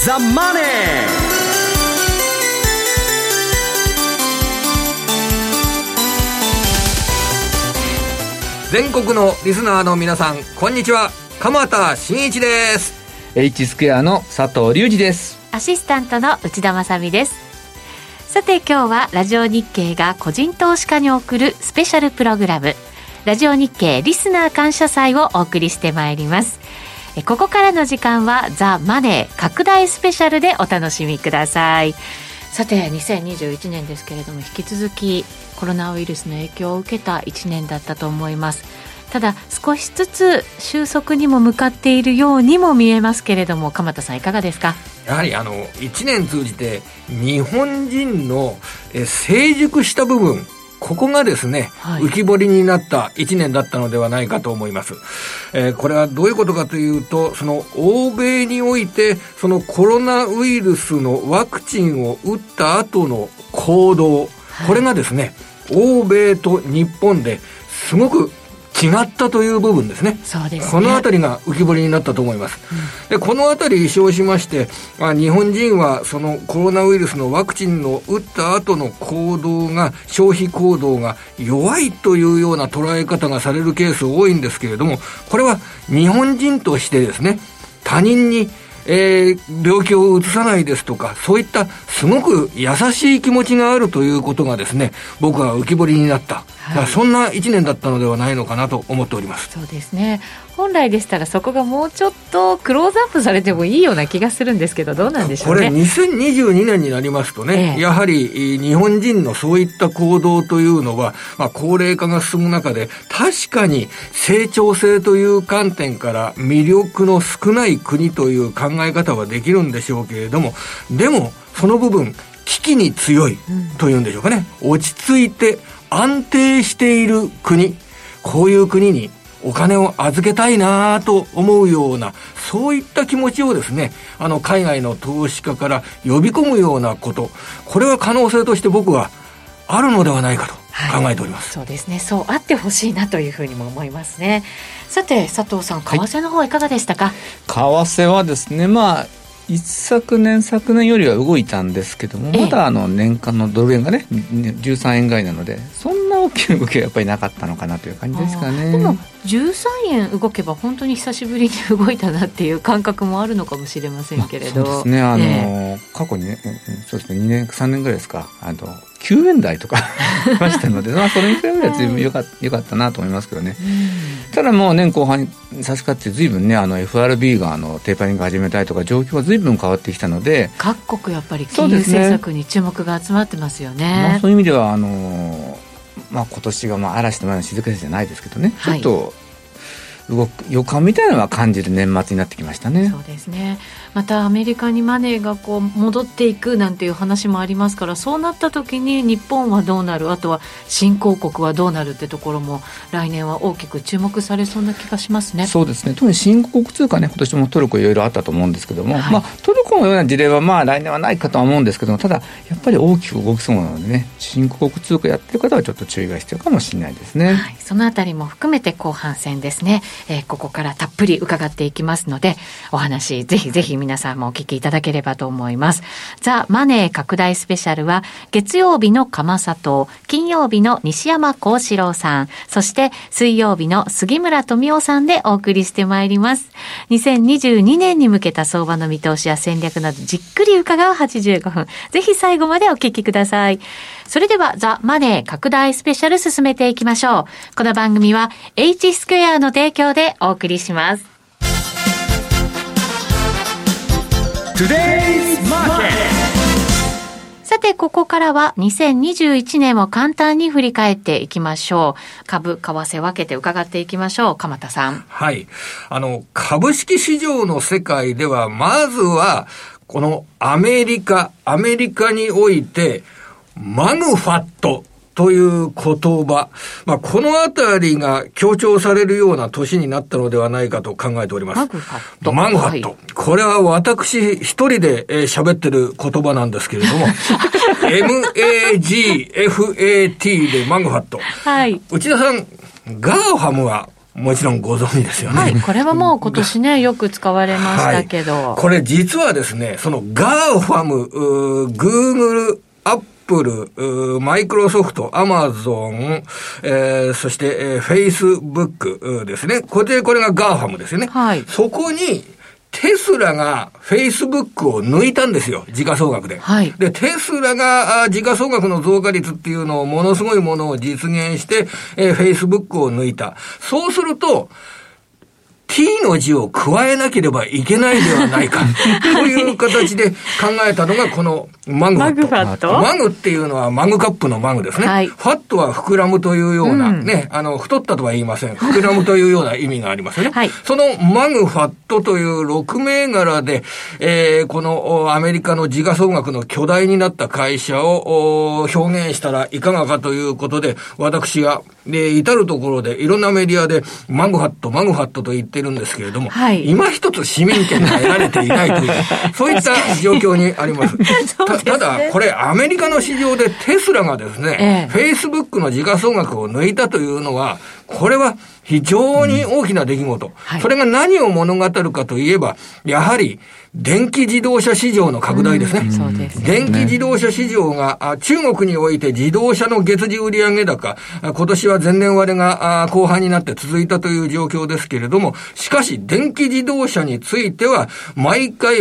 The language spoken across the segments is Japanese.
ザ・マネー。 全国のリスナーの皆さん、こんにちは。鎌田新一です。 H スクエアの佐藤隆二です。 アシスタントの内田まさみです。さて今日はラジオ日経が個人投資家に送るスペシャルプログラム、ラジオ日経リスナー感謝祭をお送りしてまいります。ここからの時間はザ・マネー拡大スペシャルでお楽しみください。さて2021年ですけれども、引き続きコロナウイルスの影響を受けた1年だったと思います。ただ少しずつ収束にも向かっているようにも見えますけれども、鎌田さんいかがですか？ やはり1年通じて日本人の成熟した部分、ここがですね、浮き彫りになった1年だったのではないかと思います。これはどういうことかというと、その欧米においてそのコロナウイルスのワクチンを打った後の行動、これがですね、欧米と日本ですごく違ったという部分ですね。 そうですね。 このあたりが浮き彫りになったと思います。で、このあたりに称しまして、日本人はそのコロナウイルスのワクチンの打った後の行動が、消費行動が弱いというような捉え方がされるケース多いんですけれども、これは日本人としてですね、他人に病気をうつさないですとか、そういったすごく優しい気持ちがあるということがですね、僕は浮き彫りになった、そんな1年だったのではないのかなと思っております。 そうですね。本来でしたらそこがもうちょっとクローズアップされてもいいような気がするんですけど、どうなんでしょうね。 これ2022年になりますとね、やはり日本人のそういった行動というのは、高齢化が進む中で確かに成長性という観点から魅力の少ない国という考え方はできるんでしょうけれども、でもその部分危機に強いというんでしょうかね、落ち着いて安定している国、こういう国にお金を預けたいなと思うような、そういった気持ちをですね、海外の投資家から呼び込むようなこと、これは可能性として僕はあるのではないかと考えております。 そうですね。そうあってほしいなというふうにも思いますね。さて佐藤さん、為替の方いかがでしたか？ 為替はですね、昨年よりは動いたんですけども、まだ年間のドル円がね13円台なので、そんな大きな動きはやっぱりなかったのかなという感じですかね。 でも13円動けば本当に久しぶりに動いたなっていう感覚もあるのかもしれませんけれど、 そうですね、過去にね、そうですね、2年3年ぐらいですか、9円台とかましたので、それに比べれば随分良かったなと思いますけどね。ただもう年後半に差し掛かって随分ね、FRB がテーパリング始めたいとか状況が随分変わってきたので、 各国やっぱり金融政策に注目が集まってますよね。 そういう意味では今年が嵐の前の静かさじゃないですけどね、ちょっと動く予感みたいなのは感じる年末になってきましたね。 そうですね。またアメリカにマネーが戻っていくなんていう話もありますから、そうなった時に日本はどうなる、あとは新興国はどうなるってところも来年は大きく注目されそうな気がしますね。 そうですね。特に新興国通貨ね、今年もトルコいろいろあったと思うんですけども、トルコのような事例は来年はないかとは思うんですけども、ただやっぱり大きく動きそうなのでね、新興国通貨やってる方はちょっと注意が必要かもしれないですね。 そのあたりも含めて後半戦ですね、ここからたっぷり伺っていきますので、お話ぜひぜひ皆さんもお聞きいただければと思います。ザ・マネー拡大スペシャルは月曜日の鎌里、金曜日の西山幸四郎さん、そして水曜日の杉村富夫さんでお送りしてまいります。2022年に向けた相場の見通しや戦略などじっくり伺う85分、ぜひ最後までお聞きください。それではザ・マネー拡大スペシャル進めていきましょう。この番組は H スクエアの提供でお送りします。さてここからは2021年を簡単に振り返っていきましょう。株、為替分けて伺っていきましょう。鎌田さん。 はい。株式市場の世界では、まずはこのアメリカにおいてマグファットという言葉、このあたりが強調されるような年になったのではないかと考えております。マグファット。これは私一人で喋ってる言葉なんですけれども、MAGFAT でマグファット。はい。内田さん、ガーファムはもちろんご存知ですよね。 はい、これはもう今年ね、よく使われましたけど。 はい、これ実はですね、そのGAFAM、Google、Apple、マイクロソフト、アマゾン、そして、Facebook ですね。これが GAFAM ですよね。 はい。 そこに、テスラがフェイスブックを抜いたんですよ。時価総額で。 はい。 で、テスラが時価総額の増加率っていうのをものすごいものを実現して、フェイスブックを抜いた。そうすると、T の字を加えなければいけないではないかという形で考えたのがこのマグファット。マグっていうのはマグカップのマグですね。はい、ファットは膨らむというような、ね、太ったとは言いません。膨らむというような意味がありますよね。はい、そのマグファットという6銘柄で、このアメリカの時価総額の巨大になった会社を表現したらいかがかということで、私が至るところでいろんなメディアでマグファットと言ってるんですけれども、はい、今一つ市民権が得られていないというそういった状況にあります。ただこれアメリカの市場でテスラがですね、フェイスブックの時価総額を抜いたというのは、これは非常に大きな出来事、はい、それが何を物語るかといえば、やはり電気自動車市場の拡大ですね。 そうですね。 電気自動車市場が中国において自動車の月次売上高、今年は前年割れが後半になって続いたという状況ですけれども、しかし電気自動車については毎月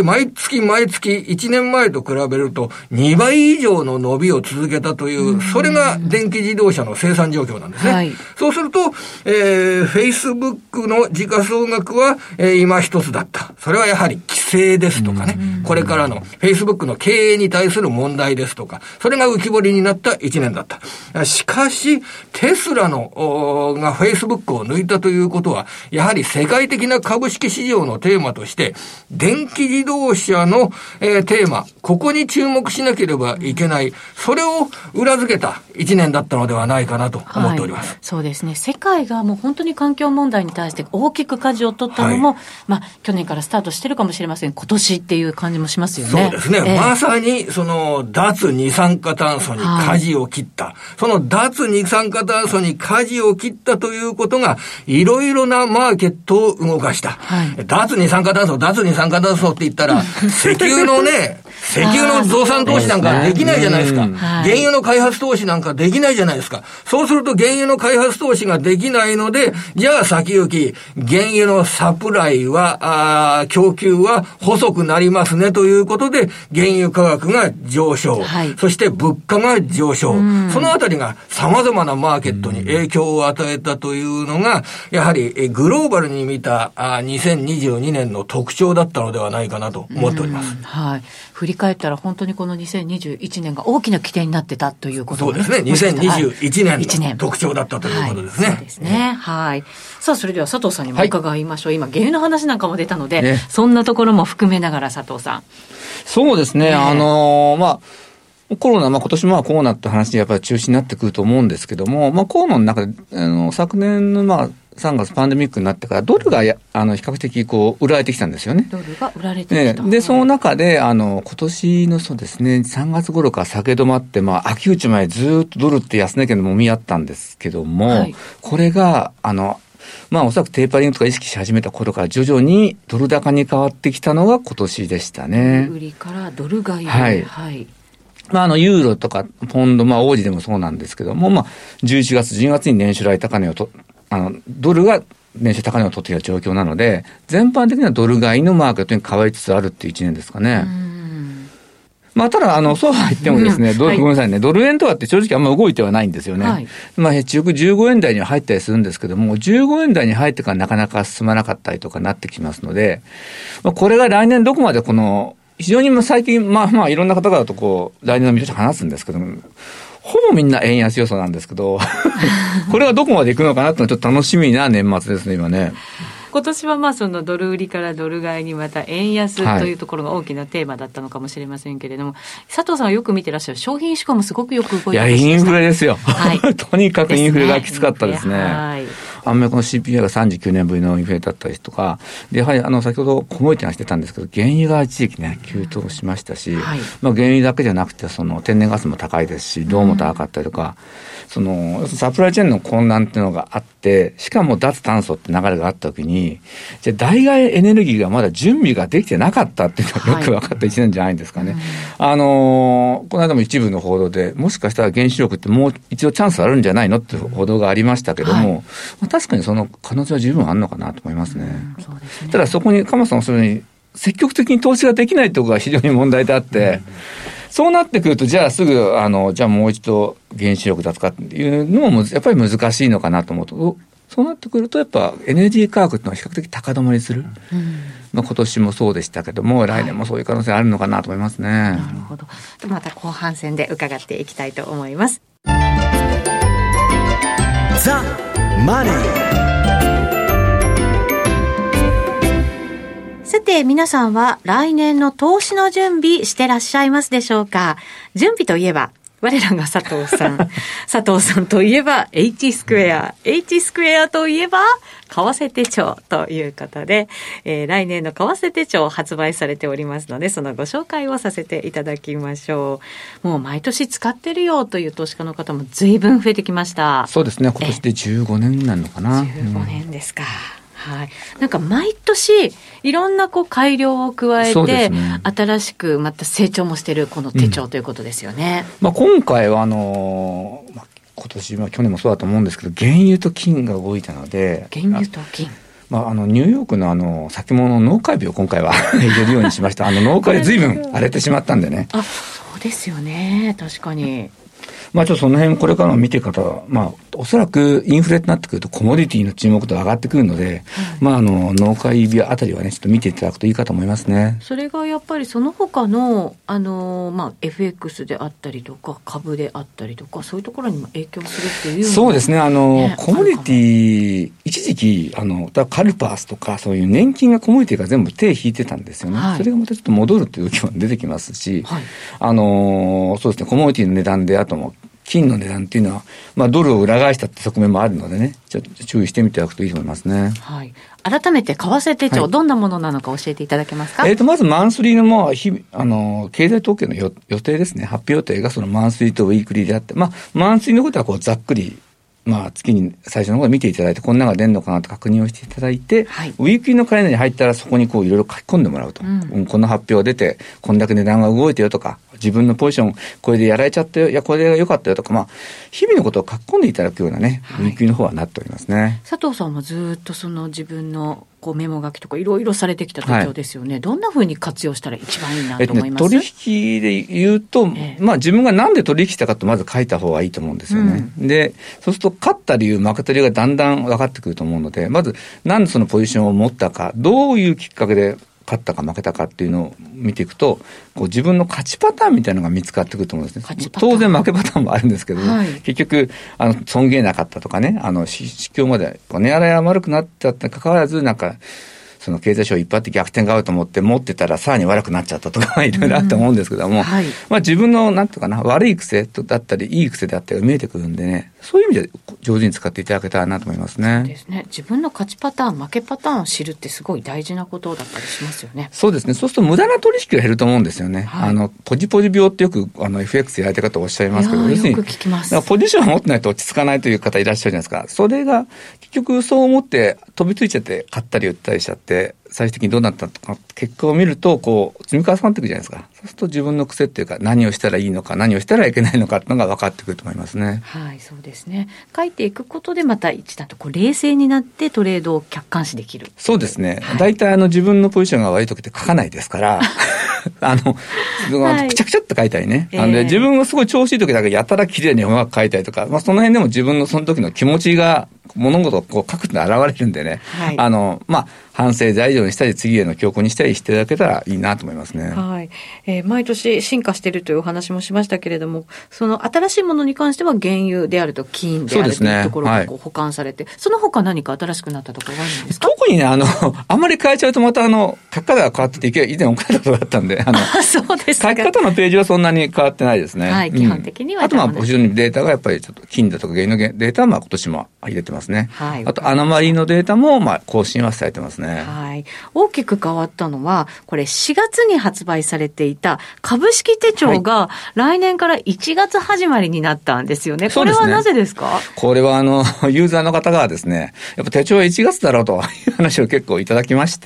1年前と比べると2倍以上の伸びを続けたという、それが電気自動車の生産状況なんですね。はい、そうすると、Facebook の時価総額は、今一つだった。それはやはり規制ですとかね、これからの Facebook の経営に対する問題ですとか、それが浮き彫りになった1年だった。しかし、テスラが Facebook を抜いたということは、やはり世界的な株式市場のテーマとして、電気自動車の、テーマ、ここに注目しなければいけない、それを裏付けた1年だったのではないかなと思っております。はい、 そうですね。世界がもう本当に環境問題に対して大きく舵を取ったのも、はい、去年からスタートしてるかもしれません。今年っていう感じもしますよね。 そうですね。まさにその脱二酸化炭素に舵を切った。はい、その脱二酸化炭素に舵を切ったということが、いろいろなマーケットを動かした。はい、脱二酸化炭素って言ったら、石油の増産投資なんかできないじゃないですか。原油の開発投資なんかできないじゃないですか。そうすると原油の開発投資ができないので、じゃあ先行き、原油のサプライは、供給は細くなりますねということで、原油価格が上昇。はい、そして物価が上昇。そのあたりが様々なマーケットに影響を与えたというのが、やはりグローバルに見た2022年の特徴だったのではないかなと思っております。 はい。振り返ったら本当にこの2021年が大きな起点になってたということそうですね。2021年の特徴だったということですね。 はい、そうですね。はい。さあ、それでは佐藤さんにも伺いましょう。はい、今、原油の話なんかも出たので、ね、そんなところも含めながら佐藤さん。 そうですね。コロナ、今年もこうなった話でやっぱり中止になってくると思うんですけども、コロナの中で、昨年の3月パンデミックになってからドルが比較的売られてきたんですよね。 ドルが売られてきた。 で、その中で今年のそうですね、3月頃から下げ止まって、秋口までずっとドルって安値圏でもみ合ったんですけども、はい、これがおそらくテーパリングとか意識し始めた頃から徐々にドル高に変わってきたのが今年でしたね。 売りからドル買い。 はい。はい。ユーロとかポンド、オージでもそうなんですけども、11月、12月に年初来高値をドルが年初高値を取っていた状況なので、全般的にはドル買いのマーケットに変わりつつあるっていう1年ですかね。ただ、そうは言ってもですね、ごめんなさいね、ドル円とかって正直あんま動いてはないんですよね。はい、15円台には入ったりするんですけども、15円台に入ってからなかなか進まなかったりとかなってきますので、これが来年どこまで非常に最近、いろんな方々と来年の見通し話すんですけども、ほぼみんな円安予想なんですけど、これはどこまでいくのかなってのはちょっと楽しみな年末ですね、今ね。 今年はそのドル売りからドル買いにまた円安というところが大きなテーマだったのかもしれませんけれども、佐藤さんはよく見てらっしゃる商品志向もすごくよく動いてらっしゃる。 インフレですよ。はい、とにかくインフレがきつかったですね。 はい。 アメリカの CPI が39年ぶりのインフレだったりとか、で、やはり先ほどコモディティがしてたんですけど、原油が一時期ね、急騰しましたし、はい、まあ原油だけじゃなくて、天然ガスも高いですし、銅も高かったりとか、サプライチェーンの混乱っていうのがあって、しかも脱炭素って流れがあったときに、じゃあ代替エネルギーがまだ準備ができてなかったっていうのがよく分かった一年じゃないんですかね。はい、この間も一部の報道で、もしかしたら原子力ってもう一度チャンスあるんじゃないのっていう報道がありましたけども、はい、まあ、確かにその可能性は十分あるのかなと思いますね。そうですね。ただそこに、鎌田さんもそれに積極的に投資ができないところが非常に問題であって、そうなってくると、じゃあすぐ、じゃあもう一度原子力だとかっていうのもやっぱり難しいのかなと思うと、そうなってくるとやっぱエネルギー価格っていうのは比較的高止まりする。まあ、今年もそうでしたけども、来年もそういう可能性あるのかなと思いますね。なるほど。また後半戦で伺っていきたいと思います。ザ・マネー。さて皆さんは来年の投資の準備してらっしゃいますでしょうか。準備といえば我らが佐藤さん佐藤さんといえば H スクエアといえば為替手帳ということで、来年の為替手帳を発売されておりますので、そのご紹介をさせていただきましょう。もう毎年使ってるよという投資家の方も随分増えてきました。 そうですね、今年で15年になるのかな。 15年ですか。はい、なんか毎年いろんな改良を加えて、ね、新しくまた成長もしているこの手帳ということですよね。 まあ、今回は今年は去年もそうだと思うんですけど、原油と金が動いたので、 原油と金、 まあ、ニューヨークの先物の納会日を今回は入れるようにしました。納会で随分荒れてしまったんでね。 あ、そうですよね、確かに。 まあちょっとその辺これからの見て方は、まあおそらくインフレとなってくるとコモディティの注目度が上がってくるので、まあ納会日あたりはね、ちょっと見ていただくといいかと思いますね。 それがやっぱりその他の、まあ FX であったりとか株であったりとか、そういうところにも影響するっていうのは、 そうですね、コモディティ、一時期、カルパースとかそういう年金がコモディティが全部手引いてたんですよね。はい、それがまたちょっと戻るという動きも出てきますし、はい、そうですね、コモディティの値段であとも、金の値段っていうのは、まあ、ドルを裏返したって側面もあるのでね、ちょっと注意してみていただくといいと思いますね。 はい。改めて為替手帳、はい、どんなものなのか教えていただけますか。 まずマンスリーのもう経済統計の予定ですね。発表予定がそのマンスリーとウィークリーであって、まあ、マンスリーのことはざっくり、まあ、月に最初の方で見ていただいて、こんなのが出るのかなと確認をしていただいて、はい、ウィークリーのカレンダーに入ったらそこにいろいろ書き込んでもらうと。この発表が出て、こんだけ値段が動いてよとか、自分のポジションこれでやられちゃったよ、いやこれが良かったよとか、まあ日々のことを書き込んでいただくようなね、ウィークリーの方はなっておりますね。 佐藤さんもずっとその自分のメモ書きとかいろいろされてきた手帳ですよね。はい、どんなふうに活用したら一番いいなと思います？ 取引で言うと、まあ自分がなんで取引したかとまず書いた方がいいと思うんですよね。で、そうすると勝った理由、負けた理由がだんだん分かってくると思うので、まずなんでそのポジションを持ったか、どういうきっかけで勝ったか負けたかっていうのを見ていくと、自分の勝ちパターンみたいなのが見つかってくると思うんですね。当然負けパターンもあるんですけども、はい、結局損切れなかったとかね、市況まで値洗いが悪くなっちゃったにかかわらず、なんかその経済省一発で逆転が合うと思って持ってたらさらに悪くなっちゃったとかいろいろあると思うんですけども、はい、まあ自分のなんていうかな、悪い癖だったりいい癖だったりが見えてくるんでね、そういう意味で上手に使っていただけたらなと思いますね。 そうですね。自分の勝ちパターン負けパターンを知るってすごい大事なことだったりしますよね。 そうですね。そうすると無駄な取引が減ると思うんですよね。はい、ポジポジ病ってよくFX やられた方おっしゃいますけど、 よく聞きます。 ポジションを持ってないと落ち着かないという方いらっしゃるじゃないですか。それが結局そう思って飛びついちゃって買ったり売ったりしちゃって最終的にどうなったとか結果を見ると積み重なっていくじゃないですか。そうすると自分の癖っていうか何をしたらいいのか何をしたらいけないのかっていうのが分かってくると思いますね。 はい、そうですね。書いていくことでまた一段と冷静になってトレードを客観視できる。 そうですね。大体自分のポジションが悪い時って書かないですからくちゃくちゃって書いたりね。自分がすごい調子いい時だけやたら綺麗にうまく書いたりとか、まあその辺でも自分のその時の気持ちが物事を書くって現れるんでね。はい、まあ反省材料にしたり次への教訓にしたりしていただけたらいいなと思いますね。 はい。毎年進化しているというお話もしましたけれども、その新しいものに関しては原油であると金であるというところが保管されて、その他何か新しくなったところがあるんですか？ 特にね、あんまり変えちゃうとまた書き方が変わってて、以前書いたことがあったんで、 そうですか。 書き方のページはそんなに変わってないですね。 はい、基本的には。 あと後ろにデータがやっぱりちょっと金だとか原油のデータは今年も入れてますね。 はい、 あとアノマリーのデータも更新はされてますね。 はい。大きく変わったのは、これ4月に発売されていた株式手帳が来年から1月始まりになったんですよね。これはなぜですか？ これはユーザーの方がですね、やっぱ手帳は1月だろうという話を結構いただきまして、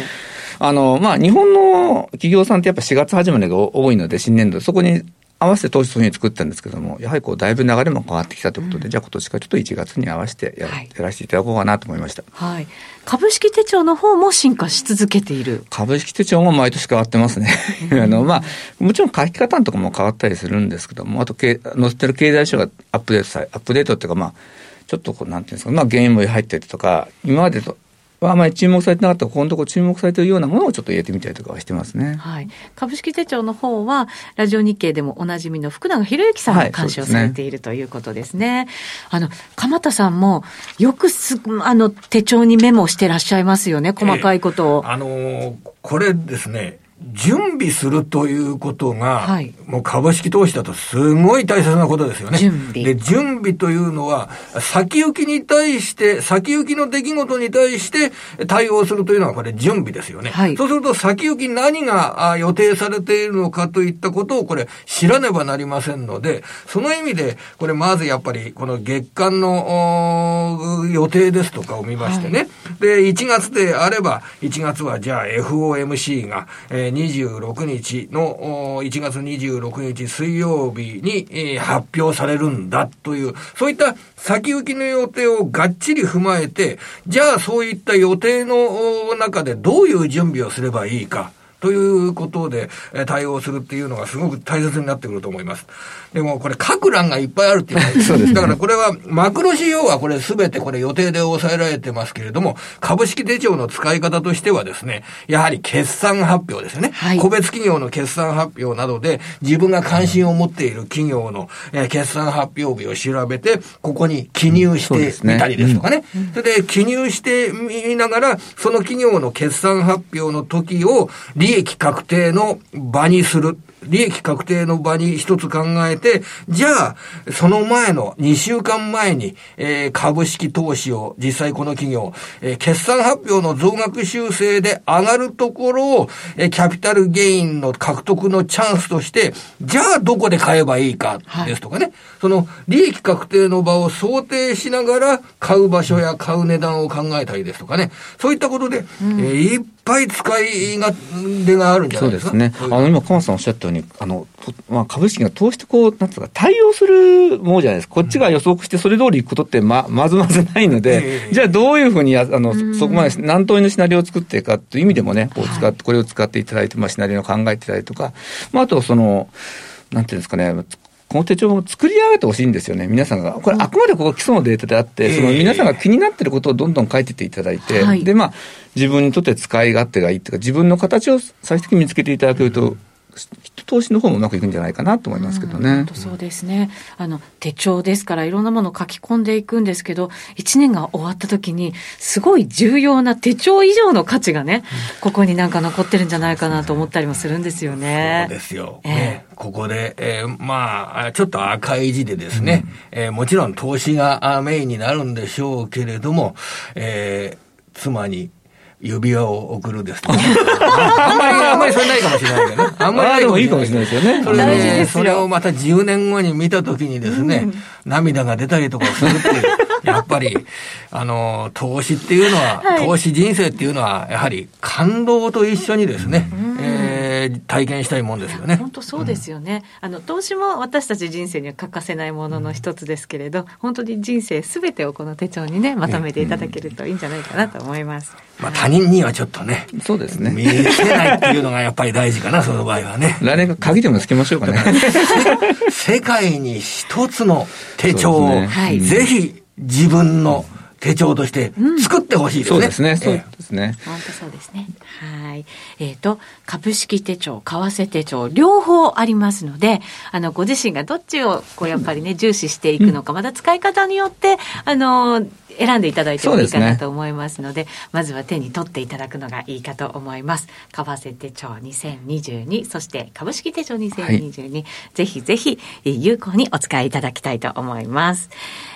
日本の企業さんってやっぱ4月始まりが多いので、新年度、そこに合わせて投資そういうふうに作ったんですけども、やはりだいぶ流れも変わってきたということで、じゃあ今年からちょっと1月に合わせてやらせていただこうかなと思いました。 はい。株式手帳の方も進化し続けている。 株式手帳も毎年変わってますね。もちろん書き方とかも変わったりするんですけども、あと載せてる経済書がアップデートっていうか、ちょっとなんていうんですか、原因も入ってるとか、今までとあまり注目されてなかったここのところ注目されているようなものをちょっと入れてみたりとかはしてますね。 はい。株式手帳の方はラジオ日経でもおなじみの福永博之さんが監修をされているということですね。鎌田さんもよく手帳にメモしてらっしゃいますよね、細かいことを。 これですね、準備するということが、もう株式投資だとすごい大切なことですよね。準備というのは、先行きの出来事に対して対応するというのはこれ準備ですよね。そうすると先行き何が予定されているのかといったことをこれ知らねばなりませんので、その意味でこれまずやっぱりこの月間の予定ですとかを見ましてね。で、1月であれば、1月はじゃあ FOMC が、26日の1月26日水曜日に発表されるんだという、そういった先行きの予定をがっちり踏まえて、じゃあそういった予定の中でどういう準備をすればいいかということで対応するっていうのがすごく大切になってくると思います。でもこれ各欄がいっぱいあるっていうことです。そうですね。だからこれはマクロ指標はこれ全てこれ予定で抑えられてますけれども、株式手帳の使い方としてはですね、やはり決算発表ですよね。個別企業の決算発表などで自分が関心を持っている企業の決算発表日を調べて、ここに記入してみたりですとかね。それで記入してみながら、その企業の決算発表の時を利益確定の場にする。利益確定の場に一つ考えて、じゃあ、その前の2週間前に、株式投資を実際この企業、決算発表の増額修正で上がるところを、キャピタルゲインの獲得のチャンスとして、じゃあどこで買えばいいかですとかね。その利益確定の場を想定しながら買う場所や買う値段を考えたりですとかね。そういったことで、いっぱい使い勝手があるんじゃないですか。 そうですね。今、鎌田さんおっしゃったように、株式が投資となんつうか、対応するものじゃないですか。こっちが予測してそれ通りいくことってまずないので、じゃあどういうふうにそこまで何通りのシナリオを作っていくかという意味でもね、これを使っていただいて、シナリオを考えていただいたりとか、あとなんていうんですかね、この手帳も作り上げてほしいんですよね。皆さんが。これあくまでここ基礎のデータであって、皆さんが気になっていることをどんどん書いていっていただいて、で、自分にとって使い勝手がいいっていうか、自分の形を最終的に見つけていただけると、きっと投資の方もうまくいくんじゃないかなと思いますけどね。 そうですね。手帳ですからいろんなものを書き込んでいくんですけど、1年が終わった時にすごい重要な手帳以上の価値がね、ここになんか残ってるんじゃないかなと思ったりもするんですよね。 そうですよ。ここで、ちょっと赤い字でですね、もちろん投資がメインになるんでしょうけれども、妻に指輪を送るですとか、あんまりそれないかもしれないけどね。あんまりないかもしれない。でもいいかもしれないですよね。それをまた10年後に見たときにですね、涙が出たりとかするっていう、やっぱり、投資っていうのは、投資人生っていうのは、やはり感動と一緒にですね、体験したいもんですよね。 本当そうですよね。投資も私たち人生には欠かせないものの一つですけれど、本当に人生すべてをこの手帳にね、まとめていただけるといいんじゃないかなと思います。 他人にはちょっとね、 そうですね。 見せないっていうのがやっぱり大事かな、その場合はね。 来年鍵でもつけましょうかね。 世界に一つの手帳を、ぜひ自分の手帳として作ってほしいですね。 そうですね。そうですね。 本当そうですね。はい。株式手帳、為替手帳、両方ありますので、ご自身がどっちをやっぱりね、重視していくのか、また使い方によって、選んでいただいてもいいかなと思いますので、まずは手に取っていただくのがいいかと思います。為替手帳2022、そして株式手帳2022、ぜひぜひ有効にお使いいただきたいと思います。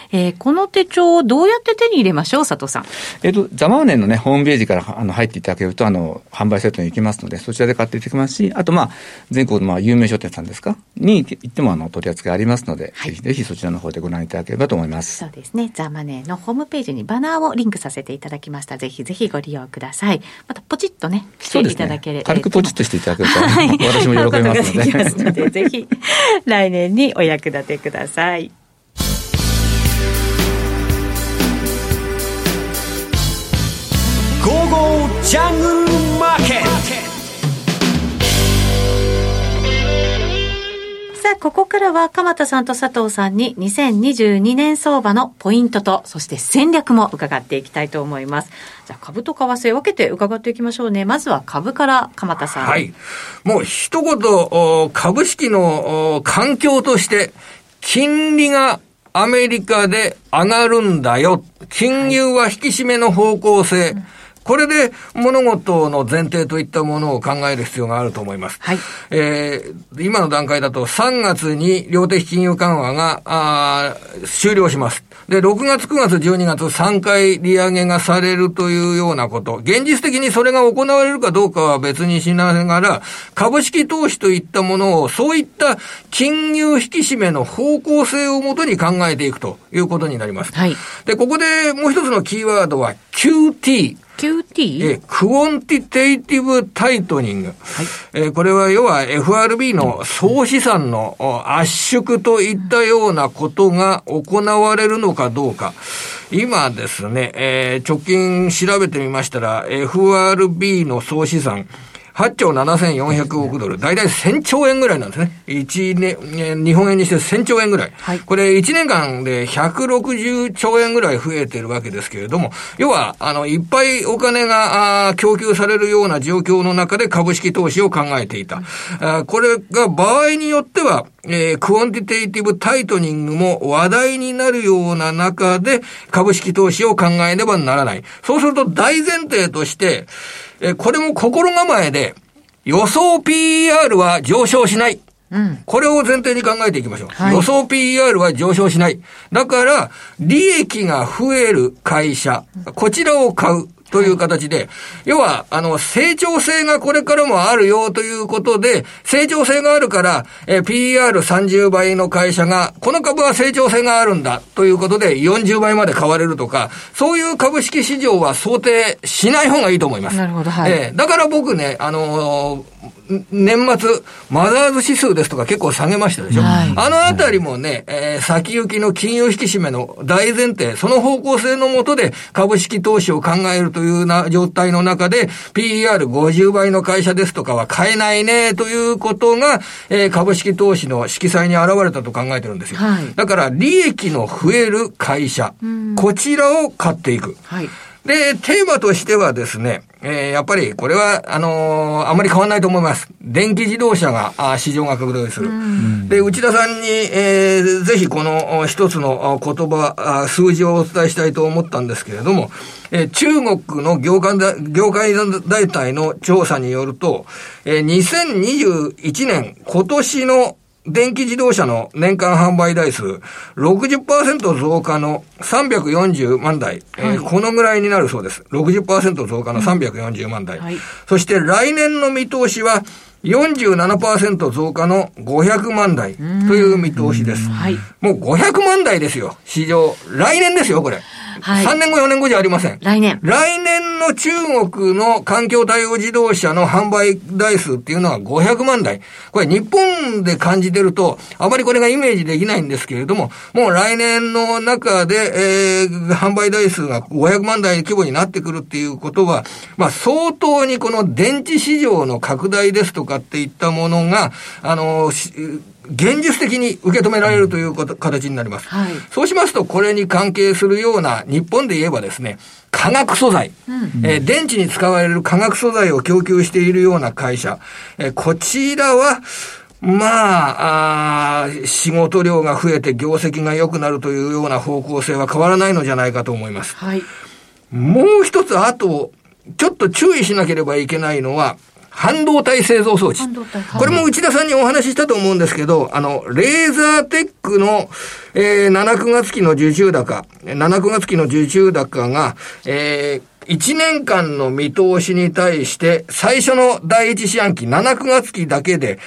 この手帳をどうやって手に入れましょう、佐藤さん。 ザマーネのね、ホームページから入っていただけると、販売セットに行きますので、そちらで買っていただきますし、あと、全国の有名書店さんですかに行っても取り扱いありますので、はい、ぜひそちらの方でご覧いただければと思います。 そうですね。ザマネーのホームページにバナーをリンクさせていただきました。ぜひぜひご利用ください。またポチッとね、していただければ、 軽くポチッとしていただけると、はい、私も喜びますので。 ぜひ来年にお役立てください。 ゴーゴージャングルマーケット。 さあ、ここからは鎌田さんと佐藤さんに2022年相場のポイントと、そして戦略も伺っていきたいと思います。じゃあ、株と為替分けて伺っていきましょうね。まずは株から鎌田さん。 はい。もう一言、株式の環境として、金利がアメリカで上がるんだよ。金融は引き締めの方向性。これで物事の前提といったものを考える必要があると思います。 はい。 今の段階だと3月に量的金融緩和が終了します。で、6月、9月、12月3回利上げがされるというようなこと。現実的にそれが行われるかどうかは別にしながら、株式投資といったものを、そういった金融引き締めの方向性をもとに考えていくということになります。 はい。 で、ここでもう一つのキーワードは QT。 QT？ クオンティテイティブタイトニング。はい。これは要は FRB の総資産の圧縮といったようなことが行われるのかどうか。今ですね、直近調べてみましたら FRB の総資産8兆7400億ドル、だいたい1000兆円ぐらいなんですね。日本円にして1000兆円ぐらい。はい、これ1年間で160兆円ぐらい増えてるわけですけれども、要は、いっぱいお金が供給されるような状況の中で株式投資を考えていた。これが場合によっては、クオンティテイティブタイトニングも話題になるような中で株式投資を考えねばならない。そうすると大前提として、これも心構えで、予想 PER は上昇しない。うん、これを前提に考えていきましょう。はい、予想 PER は上昇しない。だから、利益が増える会社、こちらを買う。という形で、要は、成長性がこれからもあるよということで、成長性があるから、PER30 倍の会社が、この株は成長性があるんだということで、40倍まで買われるとか、そういう株式市場は想定しない方がいいと思います。 なるほど、はい。 だから僕ね、年末、マザーズ指数ですとか結構下げましたでしょ。はい、あたりもね、先行きの金融引き締めの大前提、その方向性のもとで株式投資を考えるというような状態の中で、PER50 倍の会社ですとかは買えないね、ということが、株式投資の色彩に現れたと考えてるんですよ。はい、だから、利益の増える会社、こちらを買っていく。はい、で、テーマとしてはですね、やっぱりこれは、あんまり変わらないと思います。電気自動車が、市場が拡大する。で、内田さんに、ぜひこの一つの言葉、数字をお伝えしたいと思ったんですけれども、中国の業界団体の調査によると、2021年、今年の電気自動車の年間販売台数 60% 増加の340万台、はい、このぐらいになるそうです。60% 増加の340万台、はい、そして来年の見通しは 47% 増加の500万台という見通しです。はい、もう500万台ですよ、市場。来年ですよ、これ。はい、3年後、4年後じゃありません。 来年の中国の環境対応自動車の販売台数っていうのは500万台。これ日本で感じてると、あまりこれがイメージできないんですけれども、もう来年の中で、販売台数が500万台規模になってくるっていうことは、まあ相当にこの電池市場の拡大ですとかっていったものが、現実的に受け止められるという形になります。はい、そうしますと、これに関係するような、日本で言えばですね、化学素材、電池に使われる化学素材を供給しているような会社、こちらは、まあ、仕事量が増えて業績が良くなるというような方向性は変わらないのじゃないかと思います。はい、もう一つ、あと、ちょっと注意しなければいけないのは、 半導体製造装置。これも内田さんにお話ししたと思うんですけど、レーザーテックの、7、9月期の受注高が、1年間の見通しに対して、最初の第一四半期、7、9月期だけで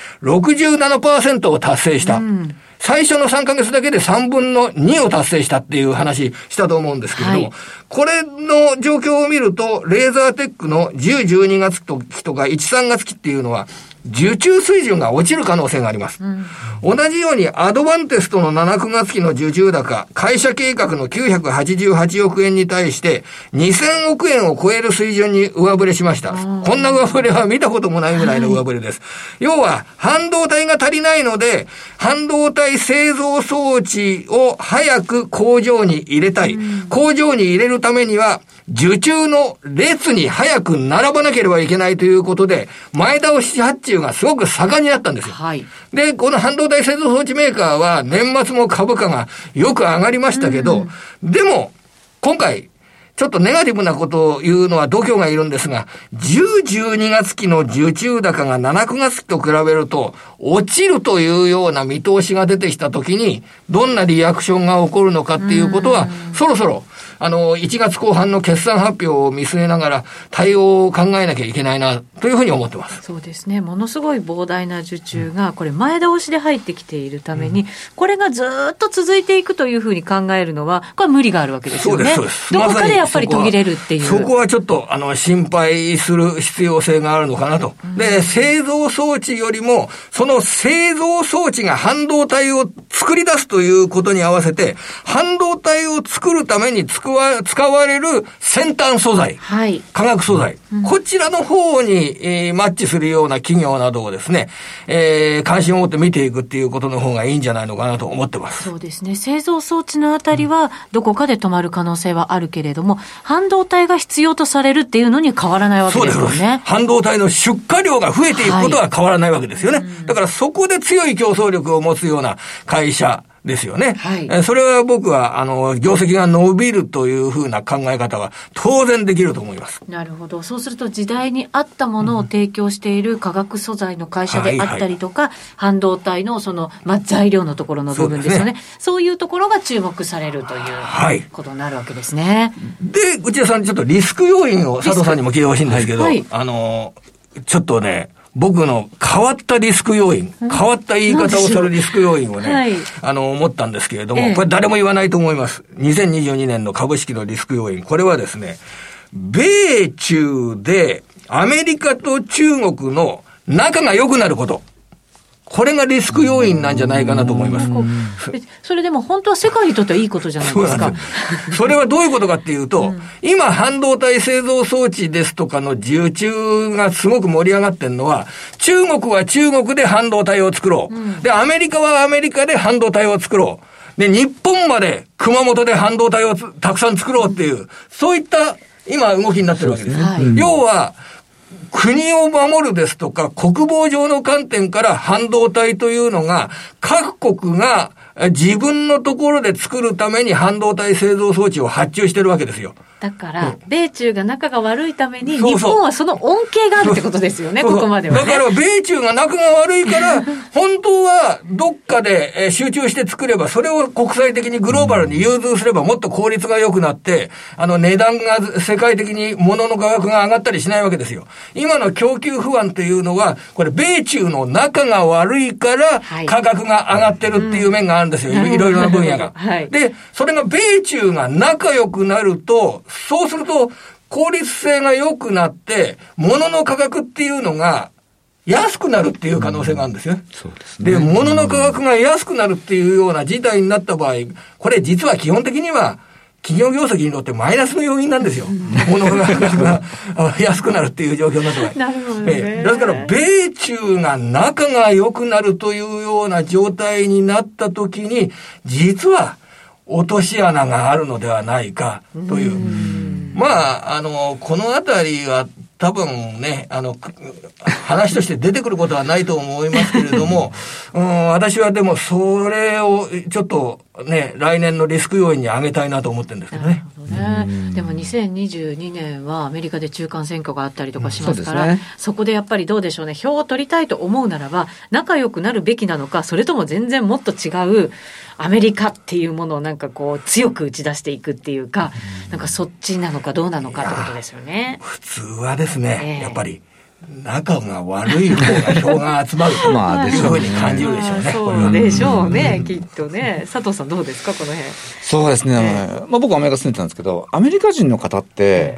67% を達成した。最初の3ヶ月だけで3分の2を達成したっていう話したと思うんですけれども、これの状況を見ると、レーザーテックの10、12月期とか1、3月期っていうのは、受注水準が落ちる可能性があります。同じようにアドバンテストの7、9月期の受注高、会社計画の988億円に対して2000億円を超える水準に上振れしました。こんな上振れは見たこともないぐらいの上振れです。要は半導体が足りないので、半導体製造装置を早く工場に入れたい。工場に入れるためには、受注の列に早く並ばなければいけないということで、前倒し発注がすごく盛んになったんですよ。で、この半導体製造装置メーカーは年末も株価がよく上がりましたけど、でも、今回、ちょっとネガティブなことを言うのは度胸がいるんですが、10、12月期の受注高が7、9月期と比べると、落ちるというような見通しが出てきたときに、どんなリアクションが起こるのかっていうことは、そろそろ、1月後半の決算発表を見据えながら対応を考えなきゃいけないなというふうに思ってます。 そうですね。ものすごい膨大な受注がこれ前倒しで入ってきているために、これがずっと続いていくというふうに考えるのは、これは無理があるわけですよね。そうです。どこかでやっぱり途切れるっていう。 そこはちょっと心配する必要性があるのかなと。で、製造装置よりもその製造装置が半導体を作り出すということに合わせて、半導体を作るために使われる先端素材、化学素材、こちらの方に、マッチするような企業などをですね、関心を持って見ていくっていうことの方がいいんじゃないのかなと思ってます。 そうですね。製造装置のあたりはどこかで止まる可能性はあるけれども、半導体が必要とされるっていうのに変わらないわけですよね。 半導体の出荷量が増えていくことは変わらないわけですよね。だからそこで強い競争力を持つような会社ですよね。それは僕は、業績が伸びるというふうな考え方は当然できると思います。 なるほど。そうすると時代に合ったものを提供している化学素材の会社であったりとか、半導体の材料のところの部分ですよね。そういうところが注目されるということになるわけですね。 で、内田さんちょっとリスク要因を佐藤さんにも聞いてほしいんですけど、ちょっとね、僕の変わったリスク要因、変わった言い方をするリスク要因をね、思ったんですけれども、これ誰も言わないと思います。2022年の株式のリスク要因。これはですね、米中でアメリカと中国の仲が良くなること。これがリスク要因なんじゃないかなと思います。 それでも本当は世界にとってはいいことじゃないですか。 それはどういうことかっていうと、今半導体製造装置ですとかの受注がすごく盛り上がってるのは、中国は中国で半導体を作ろう。で、アメリカはアメリカで半導体を作ろう。で、日本まで熊本で半導体をたくさん作ろうっていう、そういった今動きになってるわけです。要は、国を守るですとか国防上の観点から半導体というのが各国が自分のところで作るために半導体製造装置を発注してるわけですよ。 だから、米中が仲が悪いために、日本はその恩恵があるってことですよね、ここまではね。 だから、米中が仲が悪いから、本当はどっかで集中して作れば、それを国際的にグローバルに融通すれば、もっと効率が良くなって、値段が世界的に物の価格が上がったりしないわけですよ。今の供給不安というのは、これ、米中の仲が悪いから、価格が上がってるっていう面があるんですよ。いろいろな分野が。で、それが米中が仲良くなると、そうすると効率性が良くなって、物の価格っていうのが安くなるっていう可能性があるんですよ。 そうですね。 で、物の価格が安くなるっていうような事態になった場合、これ実は基本的には企業業績にとってマイナスの要因なんですよ。物の価格が安くなるっていう状況になった場合。 なるほどね。 だから、米中が仲が良くなるというような状態になったときに、実は落とし穴があるのではないかという。まあ、このあたりは多分ね、話として出てくることはないと思いますけれども、私はでもそれをちょっとね、来年のリスク要因に上げたいなと思ってるんですけどね。 なるほどね。でも2022年はアメリカで中間選挙があったりとかしますから、そこでやっぱりどうでしょうね、票を取りたいと思うならば仲良くなるべきなのか、それとも全然もっと違うアメリカっていうものをなんかこう強く打ち出していくっていうか、なんかそっちなのかどうなのかってことですよね。 普通はですね、やっぱり仲が悪い方が票が集まるというふうに感じるでしょうね。 そうでしょうね、きっとね。佐藤さんどうですか、この辺。 そうですね、僕はアメリカ住んでたんですけど、アメリカ人の方って、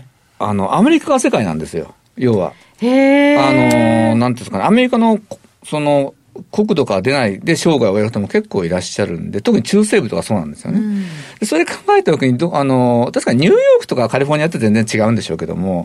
アメリカが世界なんですよ、要は。なんていうんですかね、アメリカのその国土から出ないで生涯を終える人も結構いらっしゃるんで、特に中西部とかそうなんですよね。でそれ考えたときに確かにニューヨークとかカリフォルニアって全然違うんでしょうけども、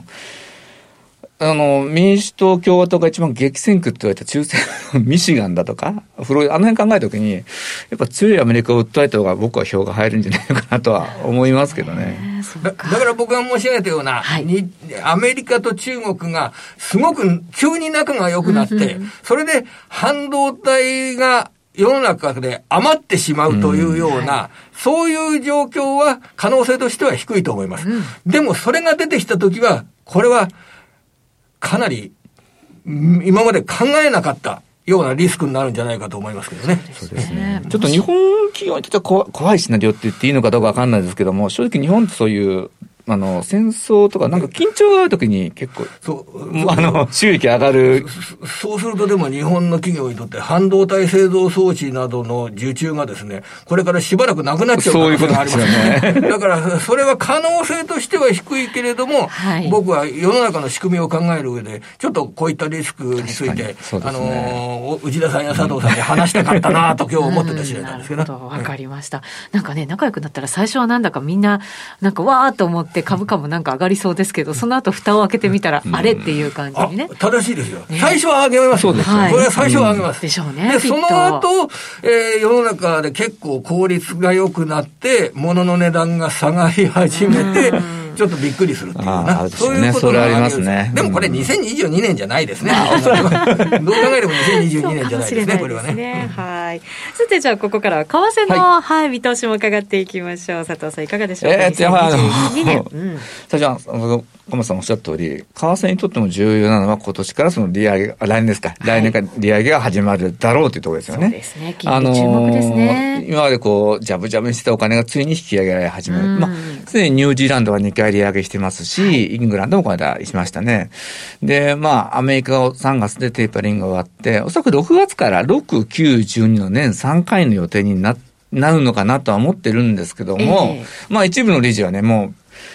民主党共和党が一番激戦区って言われた中西部のミシガンだとかフロリダ、あの辺考えたときにやっぱ強いアメリカを訴えた方が僕は票が入るんじゃないのかなとは思いますけどね。 だから僕が申し上げたような、アメリカと中国がすごく急に仲が良くなって、それで半導体が世の中で余ってしまうというような、そういう状況は可能性としては低いと思います。でもそれが出てきたときは、これはかなり今まで考えなかったようなリスクになるんじゃないかと思いますけどね。 そうですね。ちょっと日本企業にとっては怖いシナリオって言っていいのかどうかわかんないですけども、正直日本ってそういう戦争とかなんか緊張があるときに結構収益上がる。 そうするとでも日本の企業にとって半導体製造装置などの受注がですね、これからしばらくなくなっちゃう可能性がありますね。だからそれは可能性としては低いけれども、僕は世の中の仕組みを考える上でちょっとこういったリスクについて、内田さんや佐藤さんに話したかったなと今日思ってた次第なんですけど。 わかりました。なんかね、仲良くなったら最初はなんだかみんななんかわーっと思って株価もなんか上がりそうですけど、その後蓋を開けてみたら、あれっていう感じにね。 正しいですよ。最初は上げます。そうです。これは最初は上げます。 でしょうね。 で、その後、世の中で結構効率が良くなって、物の値段が下がり始めて、ちょっとびっくりするっていうな。 そういうことがありますね。 でもこれ2022年じゃないですね。どう考えても2022年じゃないですね、これはね。 はい。さてじゃあここからは為替の見通しも伺っていきましょう。佐藤さんいかがでしょうか。2022年。 最初は小松さんおっしゃった通り、為替にとっても重要なのは今年からその利上げ、来年ですか、来年から利上げが始まるだろうというところですよね。 そうですね。金利注目ですね。 今までこうジャブジャブにしてたお金がついに引き上げられ始める。すでにニュージーランドは2回利上げしてますし、イングランドもこの間しましたね。で、アメリカが3月でテーパリングが終わって、おそらく6月から6、9、12の年3回の予定になるのかなとは思ってるんですけども、一部の理事はね、もう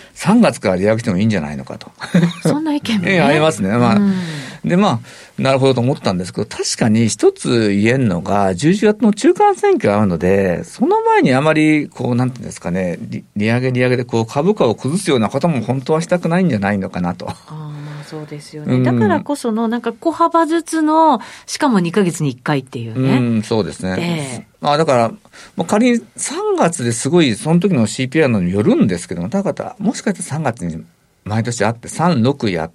3月から利上げしてもいいんじゃないのかと。 そんな意見もね。 ありますね。で、なるほどと思ったんですけど、確かに一つ言えるのが、11月の中間選挙があるので、その前にあまり、なんていうんですかね、利上げで株価を崩すようなことも本当はしたくないんじゃないのかなと。 そうですよね。だからこその、なんか小幅ずつの、しかも2ヶ月に1回っていうね。 そうですね。だから、仮に3月ですごい、その時の CPI のによるんですけども、だからもしかしたら3月に毎年あって、3、6やって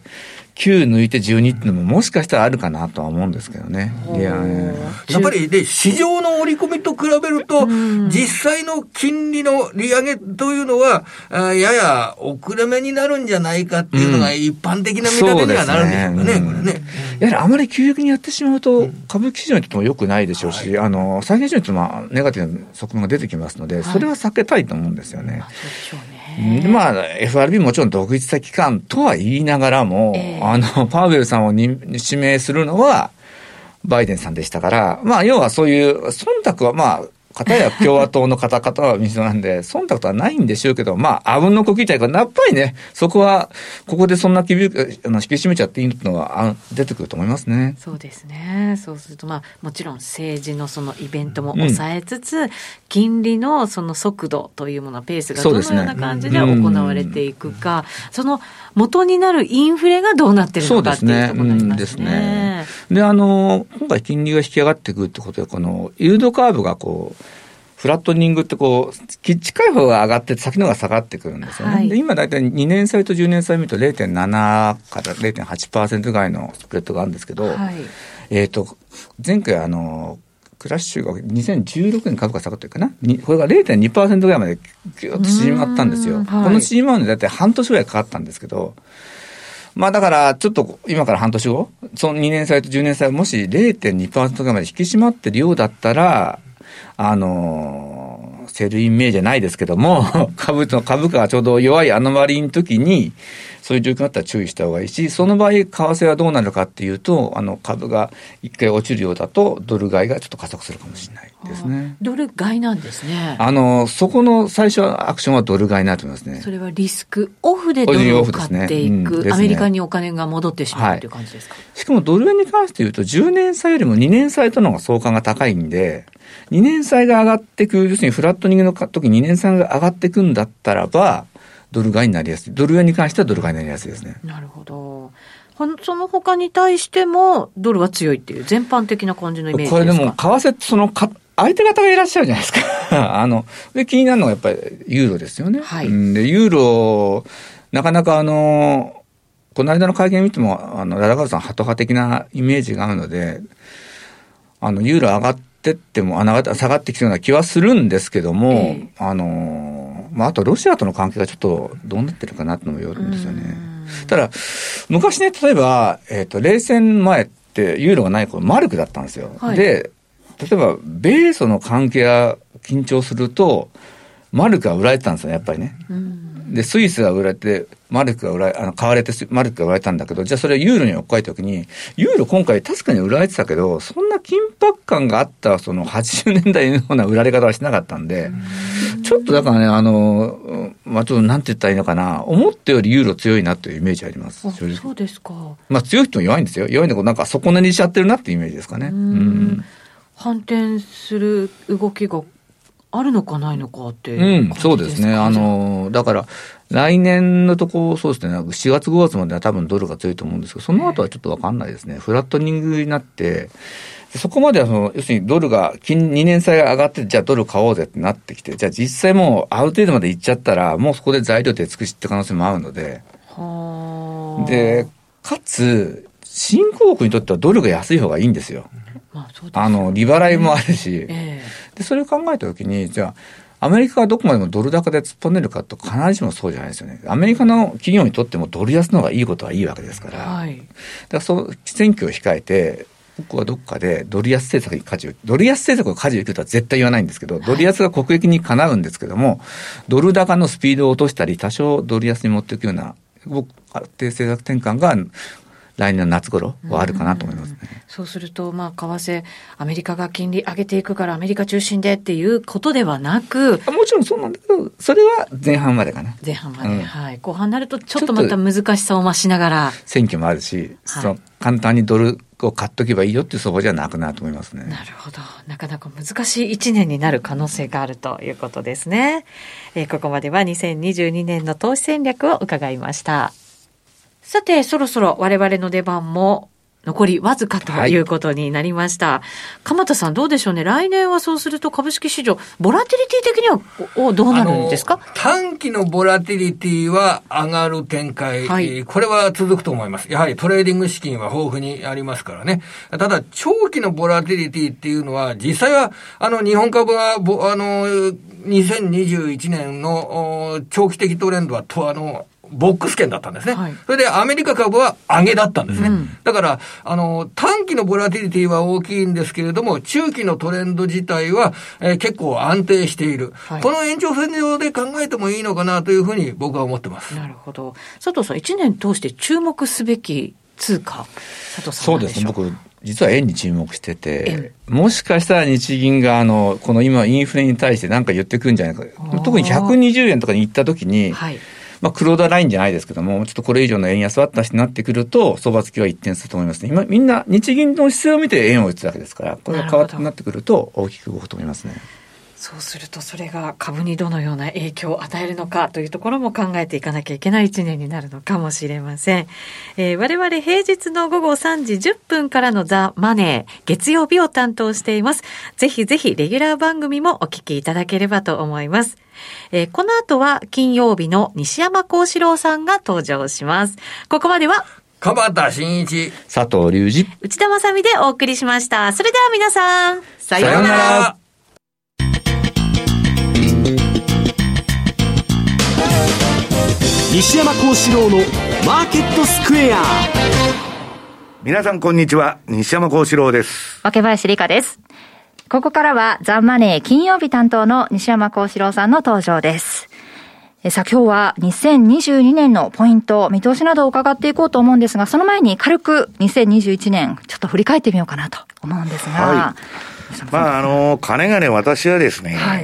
、9抜いて12っていうのももしかしたらあるかなとは思うんですけどね。 やっぱり市場の織り込みと比べると、実際の金利の利上げというのはやや遅れ目になるんじゃないかっていうのが一般的な見立てにはなるんでしょうかね。これね。 やはりあまり急激にやってしまうと株式市場にとっても良くないでしょうし、債券市場にとってもネガティブな側面が出てきますので、それは避けたいと思うんですよね。 そうでしょうね。 FRB もちろん独立した機関とは言いながらも、パウエルさんを指名するのはバイデンさんでしたから、要はそういう忖度は片や共和党の方々は民主党なんで、忖度とはないんでしょうけど、あうんの呼吸というか、やっぱりね、そこは、ここでそんな引き締めちゃっていいのは出てくると思いますね。 そうですね。そうすると、もちろん政治のそのイベントも抑えつつ、金利のその速度というもの、ペースがどのような感じで行われていくか、その元になるインフレがどうなってるのかっていうところになりますね。 で、今回金利が引き上がってくるってことで、このイールドカーブがフラットニングって近い方が上がって先の方が下がってくるんですよね。で、今だいたい2年債と10年債見ると 0.7 から 0.8% ぐらいのスプレッドがあるんですけど、前回クラッシュが2016年株価下がってるかな、これが 0.2% ぐらいまでギュッと縮まったんですよ。この縮まるのにだいたい半年ぐらいかかったんですけど、まあだからちょっと今から半年後、その2年債と10年債もし 0.2% ぐらいまで引き締まってるようだったら、セルインメイじゃないですけども株価がちょうど弱いアノマリの時にそういう状況になったら注意した方がいいし、その場合為替はどうなるかっていうと、株が一回落ちるようだとドル買いがちょっと加速するかもしれないですね。 ドル買いなんですね。 そこの最初はアクションはドル買いになると思いますね。 それはリスクオフでドルを買っていく、 ね、 アメリカにお金が戻ってしまうという感じですか。 はい、しかもドル円に関して言うと10年債よりも2年債との方が相関が高いんで、2年債が上がってくる、要するにフラットニングの時2年債が上がってくんだったらばドル買いになりやすい。ドル円に関してはドル買いになりやすいですね。 なるほど。その他に対してもドルは強いっていう全般的な感じのイメージですか。 これでも為替相手方がいらっしゃるじゃないですかで気になるのがやっぱりユーロですよね。 はい、 でユーロなかなかこの間の会見見てもラダガルさんハト派的なイメージがあるのでユーロ上がってっても下がってきてるような気はするんですけども、あとロシアとの関係がちょっとどうなってるかなってのもよるんですよね。ただ昔ね、例えば、冷戦前ってユーロがない頃マルクだったんですよ。はい、で例えば米ソの関係が緊張するとマルクが売られてたんですよね、やっぱりね。でスイスが売られてマルクが買われてマルクが売られたんだけど、じゃあそれをユーロに置き換えたときにユーロ今回確かに売られてたけど、そんな緊迫感があったその80年代のような売られ方はしなかったんで、ちょっとだからねちょっとなんて言ったらいいのかな、思ったよりユーロ強いなというイメージあります。 そうですか。 強い人も弱いんですよ。弱いのなんか底なりしちゃってるなっていうイメージですかね。 反転する動きがあるのかないのかっていう感じですか。 そうですね。だから来年のとこそうですね、4月5月までは多分ドルが強いと思うんですけど、その後はちょっと分かんないですね。フラットニングになってそこまでは要するにドルが2年債が上がって、じゃあドル買おうぜってなってきて、じゃあ実際もうある程度までいっちゃったらもうそこで材料手尽くしって可能性もあるので、でかつ新興国にとってはドルが安い方がいいんですよ。そうですね、利払いもあるし、でそれを考えたときに、じゃあアメリカがどこまでもドル高で突っ込んでるかと必ずしもそうじゃないですよね。アメリカの企業にとってもドル安の方がいいことはいいわけですから、だからそう選挙を控えて僕はどっかでドル安政策に舵を切るとは絶対言わないんですけど、ドル安が国益にかなうんですけども、ドル高のスピードを落としたり多少ドル安に持っていくようなある程度政策転換が来年の夏頃はあるかなと思いますね。 そうすると、為替アメリカが金利上げていくからアメリカ中心でっていうことではなく、 もちろんそうなんだけど、それは前半までかな。 前半まで、はい。後半になるとちょっとまた難しさを増しながら、 選挙もあるし、簡単にドルを買っとけばいいよっていう相場じゃなくなると思いますね。 なるほど。なかなか難しい1年になる可能性があるということですね。ここまでは2022年の投資戦略を伺いました。さて、そろそろ我々の出番も残りわずかということになりました。鎌田さんどうでしょうね。来年はそうすると株式市場、ボラティリティ的にはどうなるんですか？ 短期のボラティリティは上がる展開、これは続くと思います。やはりトレーディング資金は豊富にありますからね。ただ、長期のボラティリティっていうのは、実際は、日本株は、2021年の長期的トレンドは、ボックス圏だったんですね。それでアメリカ株は上げだったんですね。だから、短期のボラティリティは大きいんですけれども、中期のトレンド自体は、結構安定している。この延長線上で考えてもいいのかなというふうに僕は思ってます。 なるほど。佐藤さん、1年通して注目すべき通貨、佐藤さんなんでしょう？ そうですね。僕、実は円に注目してて、もしかしたら日銀がこの今インフレに対して何か言ってくるんじゃないか。特に120円とかに行った時に、黒田ラインじゃないですけども、ちょっとこれ以上の円安はったしになってくると、相場付きは一転すると思いますね。今、みんな日銀の姿勢を見て円を打つわけですから、これが変わってなってくると大きく動くと思いますね。 そうすると、それが株にどのような影響を与えるのかというところも考えていかなきゃいけない1年になるのかもしれません。我々平日の午後3時10分からのザ・マネー、月曜日を担当しています。ぜひぜひレギュラー番組もお聞きいただければと思います。この後は金曜日の西山幸四郎さんが登場します。ここまでは川田真一、 佐藤隆二、 内田まさみでお送りしました。それでは皆さん、さようなら。 西山幸四郎のマーケットスクエア。 皆さんこんにちは、西山幸四郎です。 若林理香です。ここからはザ・マネー金曜日担当の西山幸四郎さんの登場です。さあ今日は2022年のポイント、見通しなどを伺っていこうと思うんですが、その前に軽く2021年ちょっと振り返ってみようかなと思うんですが、 はい、かねがね私はですね、はい、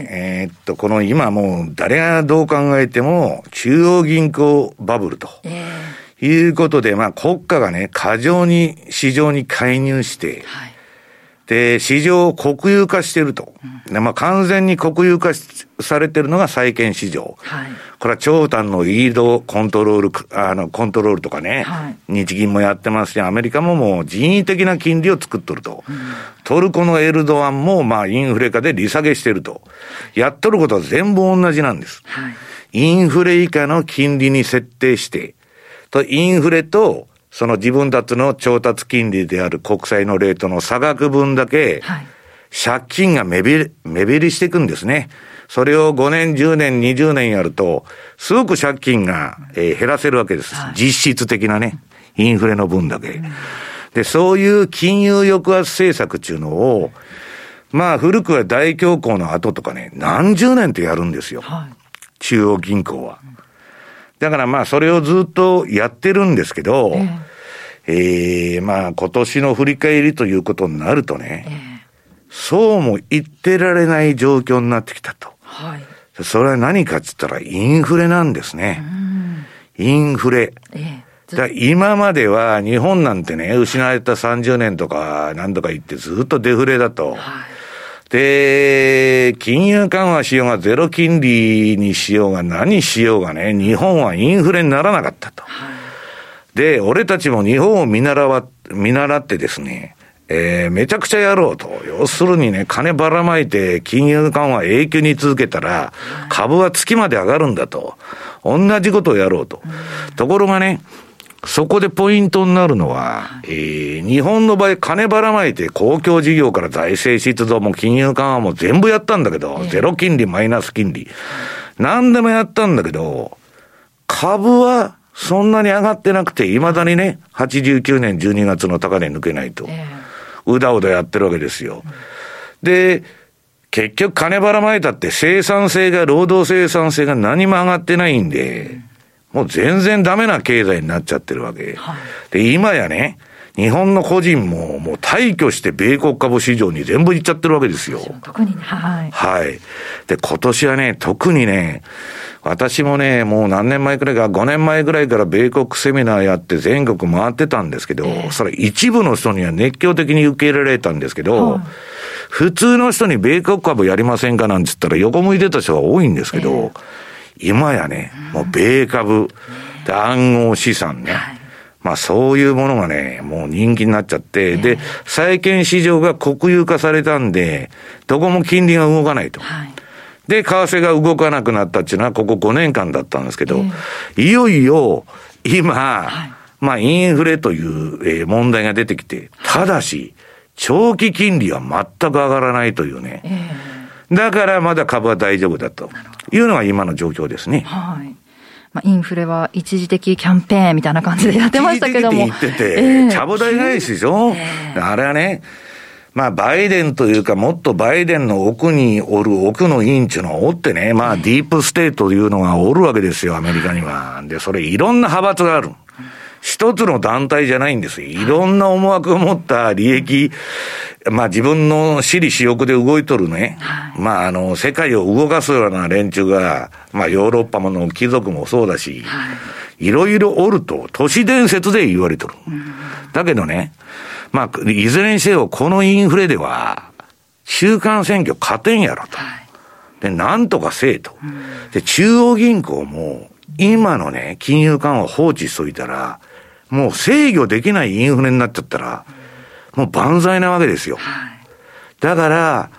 この今もう誰がどう考えても中央銀行バブルと、いうことで、国家がね過剰に市場に介入して、はい、で市場を国有化していると、で完全に国有化されているのが債券市場、はい、これは長短のイールドコントロールとかね、はい、日銀もやってますし、アメリカももう人為的な金利を作っとると、トルコのエルドアンもインフレ化で利下げしてると、やっとることは全部同じなんです、はい、インフレ以下の金利に設定してと、インフレとその自分たちの調達金利である国債のレートの差額分だけ、借金が目減りしていくんですね。それを5年、10年、20年やると、すごく借金が、減らせるわけです。実質的なね、インフレの分だけ。で、そういう金融抑圧政策っていうのを、古くは大恐慌の後とかね、何十年とやるんですよ。中央銀行は。だからそれをずっとやってるんですけど、今年の振り返りということになるとね、そうも言ってられない状況になってきたと。はい、それは何かって言ったらインフレなんですね。インフレ。だ今までは日本なんてね、失われた30年とか何とか言ってずっとデフレだと。はい、で、金融緩和しようがゼロ金利にしようが何しようがね、日本はインフレにならなかったと。はい、で、俺たちも日本を見習ってですね、めちゃくちゃやろうと。要するにね、金ばらまいて金融緩和永久に続けたら、株は月まで上がるんだと。同じことをやろうと。ところがね、そこでポイントになるのは、日本の場合金ばらまいて公共事業から財政出動も金融緩和も全部やったんだけど、ゼロ金利マイナス金利。何でもやったんだけど、株はそんなに上がってなくて、未だにね、89年12月の高値抜けないと。うだうだやってるわけですよ。で、結局金ばらまいたって労働生産性が何も上がってないんで、もう全然ダメな経済になっちゃってるわけ。はい、で、今やね、日本の個人ももう大挙して米国株市場に全部行っちゃってるわけですよ。 特にね。はい。 はい。で、今年はね、特にね、私もね、もう何年前くらいか、5年前くらいから米国セミナーやって全国回ってたんですけど、それ一部の人には熱狂的に受け入れられたんですけど、普通の人に米国株やりませんかなんて言ったら横向いてた人が多いんですけど、今やね、もう米株、暗号資産ね、そういうものがね、もう人気になっちゃって、で、債券市場が国有化されたんで、どこも金利が動かないと。で、為替が動かなくなったっていうのはここ5年間だったんですけど、いよいよ今、インフレという、問題が出てきて、ただし、長期金利は全く上がらないというね。だからまだ株は大丈夫だというのが今の状況ですね。 はい。インフレは一時的キャンペーンみたいな感じでやってましたけども。 一時的って言ってて、ちゃぶ台返しでしょ、あれはね、バイデンというか、もっとバイデンの奥におる奥の委員っていうのはおってね、ディープステートというのがおるわけですよ、アメリカには。で、それいろんな派閥がある。一つの団体じゃないんですよ。いろんな思惑を持った利益、自分の私利私欲で動いとるね。世界を動かすような連中が、ヨーロッパの貴族もそうだし、いろいろおると、都市伝説で言われとる。だけどね、いずれにせよ、このインフレでは、中間選挙勝てんやろと。で、なんとかせえと。で、中央銀行も、今のね、金融緩和を放置しといたら、もう制御できないインフレになっちゃったら、もう万歳なわけですよ。だから、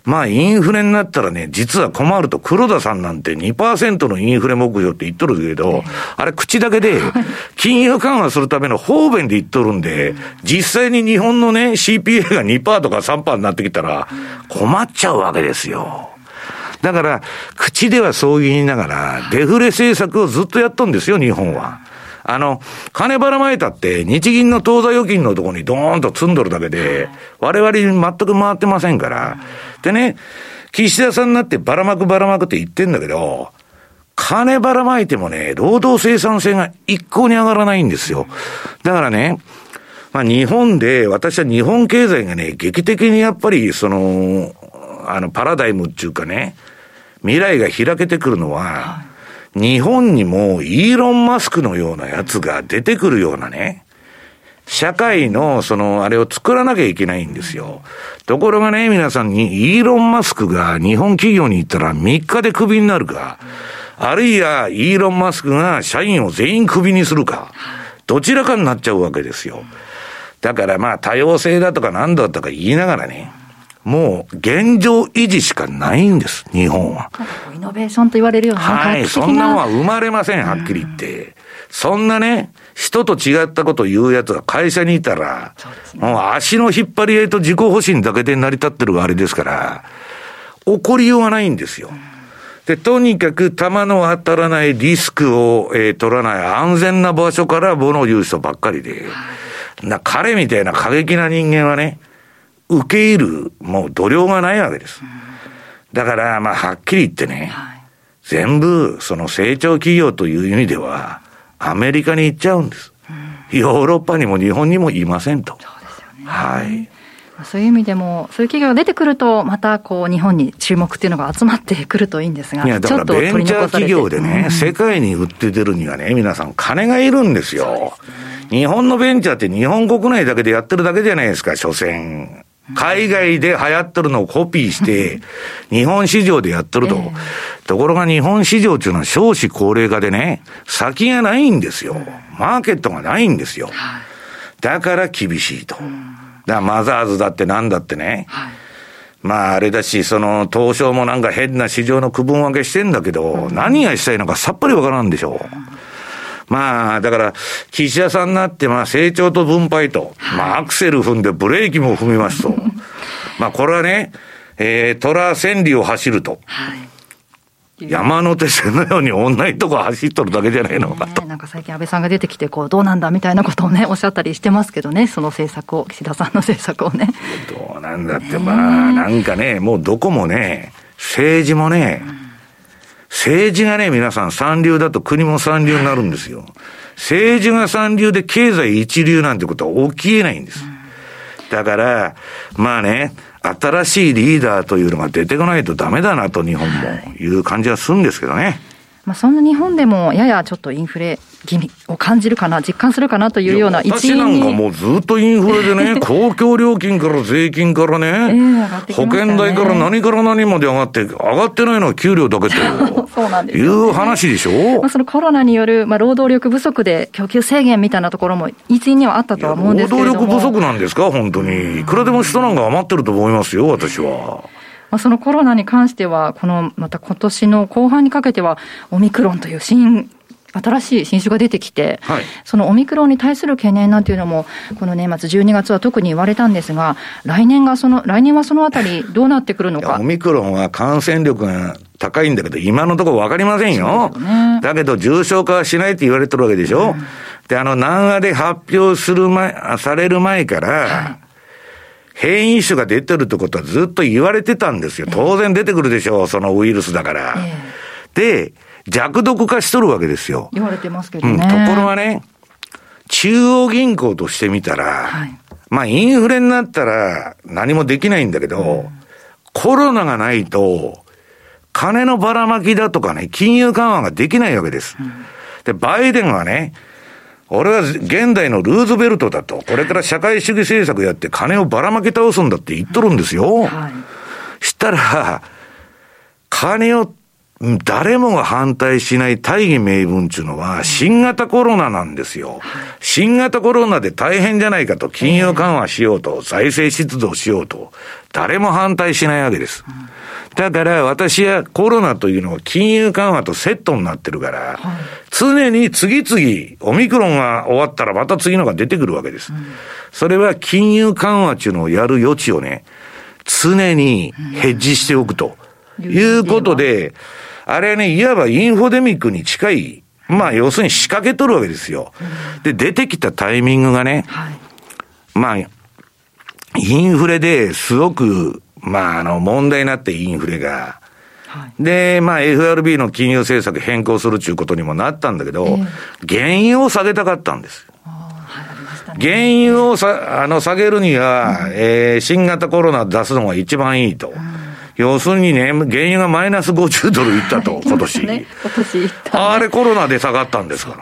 まあインフレになったらね、実は困ると、黒田さんなんて 2% のインフレ目標って言っとるけど、あれ口だけで、金融緩和するための方便で言っとるんで、実際に日本のね、CPA が 2% とか 3% になってきたら、困っちゃうわけですよ。だから、口ではそう言いながら、デフレ政策をずっとやっとんですよ、日本は。金ばらまいたって、日銀の当座預金のところにドーンと積んどるだけで、我々に全く回ってませんから。でね、岸田さんになってばらまくって言ってんだけど、金ばらまいてもね、労働生産性が一向に上がらないんですよ。だからね、まあ日本で、私は日本経済がね、劇的にやっぱり、パラダイムっていうかね、未来が開けてくるのは、日本にもイーロン・マスクのようなやつが出てくるようなね、社会のあれを作らなきゃいけないんですよ。ところがね、皆さんにイーロン・マスクが日本企業に行ったら3日でクビになるか、あるいはイーロン・マスクが社員を全員クビにするか、どちらかになっちゃうわけですよ。だからまあ多様性だとか何だとか言いながらね、もう現状維持しかないんです、日本は。 イノベーションと言われるような。 はい、そんなのは生まれません、はっきり言って。そんなね、人と違ったことを言うやつが会社にいたら、もう足の引っ張り合いと自己保身だけで成り立ってるあれですから、起こりようがないんですよ。で、とにかく弾の当たらないリスクを、取らない安全な場所から物を言う人ばっかりで、彼みたいな過激な人間はね、受け入る、もう度量がないわけです。だから、まあ、はっきり言ってね、全部、成長企業という意味では、アメリカに行っちゃうんです。ヨーロッパにも日本にもいませんと。 そうですよね。 はい。 そういう意味でも、そういう企業が出てくると、またこう日本に注目っていうのが集まってくるといいんですが、 いやだからベンチャー企業でね、世界に売って出るにはね、皆さん金がいるんですよ。日本のベンチャーって日本国内だけでやってるだけじゃないですか、所詮。海外で流行ってるのをコピーして、日本市場でやってると。ところが日本市場っていうのは少子高齢化でね、先がないんですよ。マーケットがないんですよ。だから厳しいと。だからマザーズだってなんだってね。まああれだし、東証もなんか変な市場の区分分けしてんだけど、何がしたいのかさっぱりわからんでしょう。まあ、だから、岸田さんになって、まあ、成長と分配と、まあ、アクセル踏んでブレーキも踏みますと。まあ、これはね、虎千里を走ると。山手線のように同じとこ走っとるだけじゃないのかと。 なんか最近安倍さんが出てきて、どうなんだみたいなことをね、おっしゃったりしてますけどね、その政策を、岸田さんの政策をね。 どうなんだって、まあ、なんかね、もうどこもね、政治もね、政治がね、皆さん三流だと国も三流になるんですよ。政治が三流で経済一流なんてことは起きえないんです。だから、まあね、新しいリーダーというのが出てこないとダメだなと日本もいう感じはするんですけどね。 まあ、そんな日本でもややちょっとインフレ気味を感じるかな、実感するかなというような一因に。 私なんかもうずっとインフレでね、公共料金から税金からね、保険代から何から何まで上がってないのは給料だけとそうなんですいう話でしょ。 まあ、そのコロナによる、労働力不足で供給制限みたいなところも一因にはあったとは思うんですけれども。 労働力不足なんですか、本当に。いくらでも人なんか余ってると思いますよ、私は。 そのコロナに関しては、また今年の後半にかけては、オミクロンという新しい新種が出てきて、そのオミクロンに対する懸念なんていうのも、この年末12月は特に言われたんですが、来年はそのあたりどうなってくるのか。 オミクロンは感染力が高いんだけど、今のところ分かりませんよ。だけど重症化はしないって言われてるわけでしょ。で、南アで発表される前から、変異種が出てるってことはずっと言われてたんですよ。当然出てくるでしょう、そのウイルスだから。で、弱毒化しとるわけですよ。 言われてますけどね。 ところがね、中央銀行としてみたら、まあインフレになったら何もできないんだけど、コロナがないと、金のばらまきだとかね、金融緩和ができないわけです。で、バイデンはね、俺は現代のルーズベルトだと、これから社会主義政策やって金をばらまき倒すんだって言っとるんですよ。したら、金を誰もが反対しない大義名分っていうのは新型コロナなんですよ。新型コロナで大変じゃないかと、金融緩和しようと、財政出動しようと、誰も反対しないわけです。だから私はコロナというのは金融緩和とセットになってるから、常に次々オミクロンが終わったらまた次のが出てくるわけです。それは金融緩和っていうのをやる余地をね、常にヘッジしておくということで、あれはね、いわばインフォデミックに近い、まあ要するに仕掛け取るわけですよ。で、出てきたタイミングがね、まあ、インフレですごく、まあ問題になってインフレが。で、まあ FRB の金融政策変更するということにもなったんだけど、原油を下げたかったんです。原油を下げるには、新型コロナ出すのが一番いいと。要するにね、原油がマイナス50ドルいったと、今年。あれコロナで下がったんですから。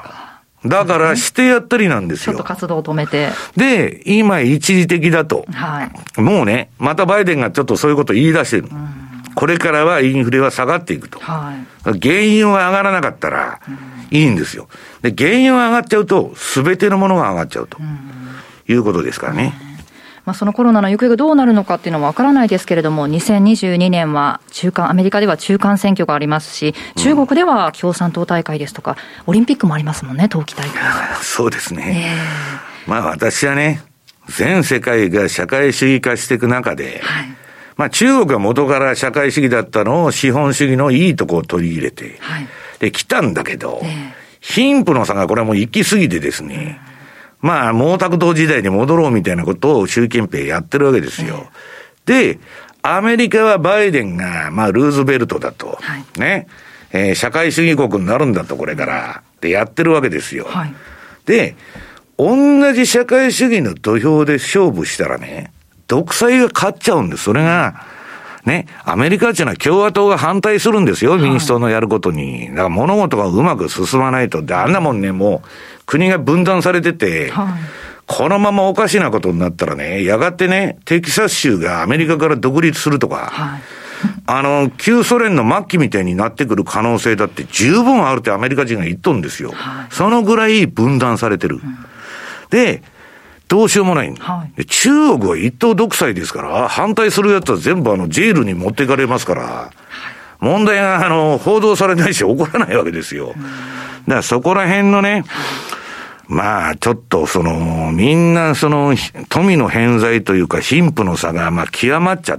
だからしてやったりなんですよ。 ちょっと活動を止めて。で、 今一時的だと。もうね、またバイデンがちょっとそういうことを言い出してる。これからはインフレは下がっていくと。原油が上がらなかったらいいんですよ。で、原油が上がっちゃうと、すべてのものが上がっちゃうと。いうことですからね。 まあ、そのコロナの行方がどうなるのかっていうのはわからないですけれども、2022年はアメリカでは中間選挙がありますし、中国では共産党大会ですとか、オリンピックもありますもんね、冬季大会。 そうですね。まあ私はね、全世界が社会主義化していく中で、まあ中国は元から社会主義だったのを資本主義のいいとこを取り入れて、で来たんだけど、貧富の差がこれはもう行き過ぎてですね、まあ、毛沢東時代に戻ろうみたいなことを習近平やってるわけですよ。で、アメリカはバイデンが、まあ、ルーズベルトだと、ね、社会主義国になるんだと、これから、で、やってるわけですよ。で、同じ社会主義の土俵で勝負したらね、独裁が勝っちゃうんです。それが、ね、アメリカっていうのは共和党が反対するんですよ、民主党のやることに。だから物事がうまく進まないと。で、あんなもんね、もう、国が分断されてて、このままおかしなことになったらね、やがてね、テキサス州がアメリカから独立するとか、旧ソ連の末期みたいになってくる可能性だって十分あるってアメリカ人が言っとんですよ。そのぐらい分断されてる。で、どうしようもない。中国は一党独裁ですから、反対するやつは全部ジェールに持っていかれますから、問題が報道されないし起こらないわけですよ。だからそこら辺のね、まあちょっとみんな富の偏在というか貧富の差がまあ極まっちゃって、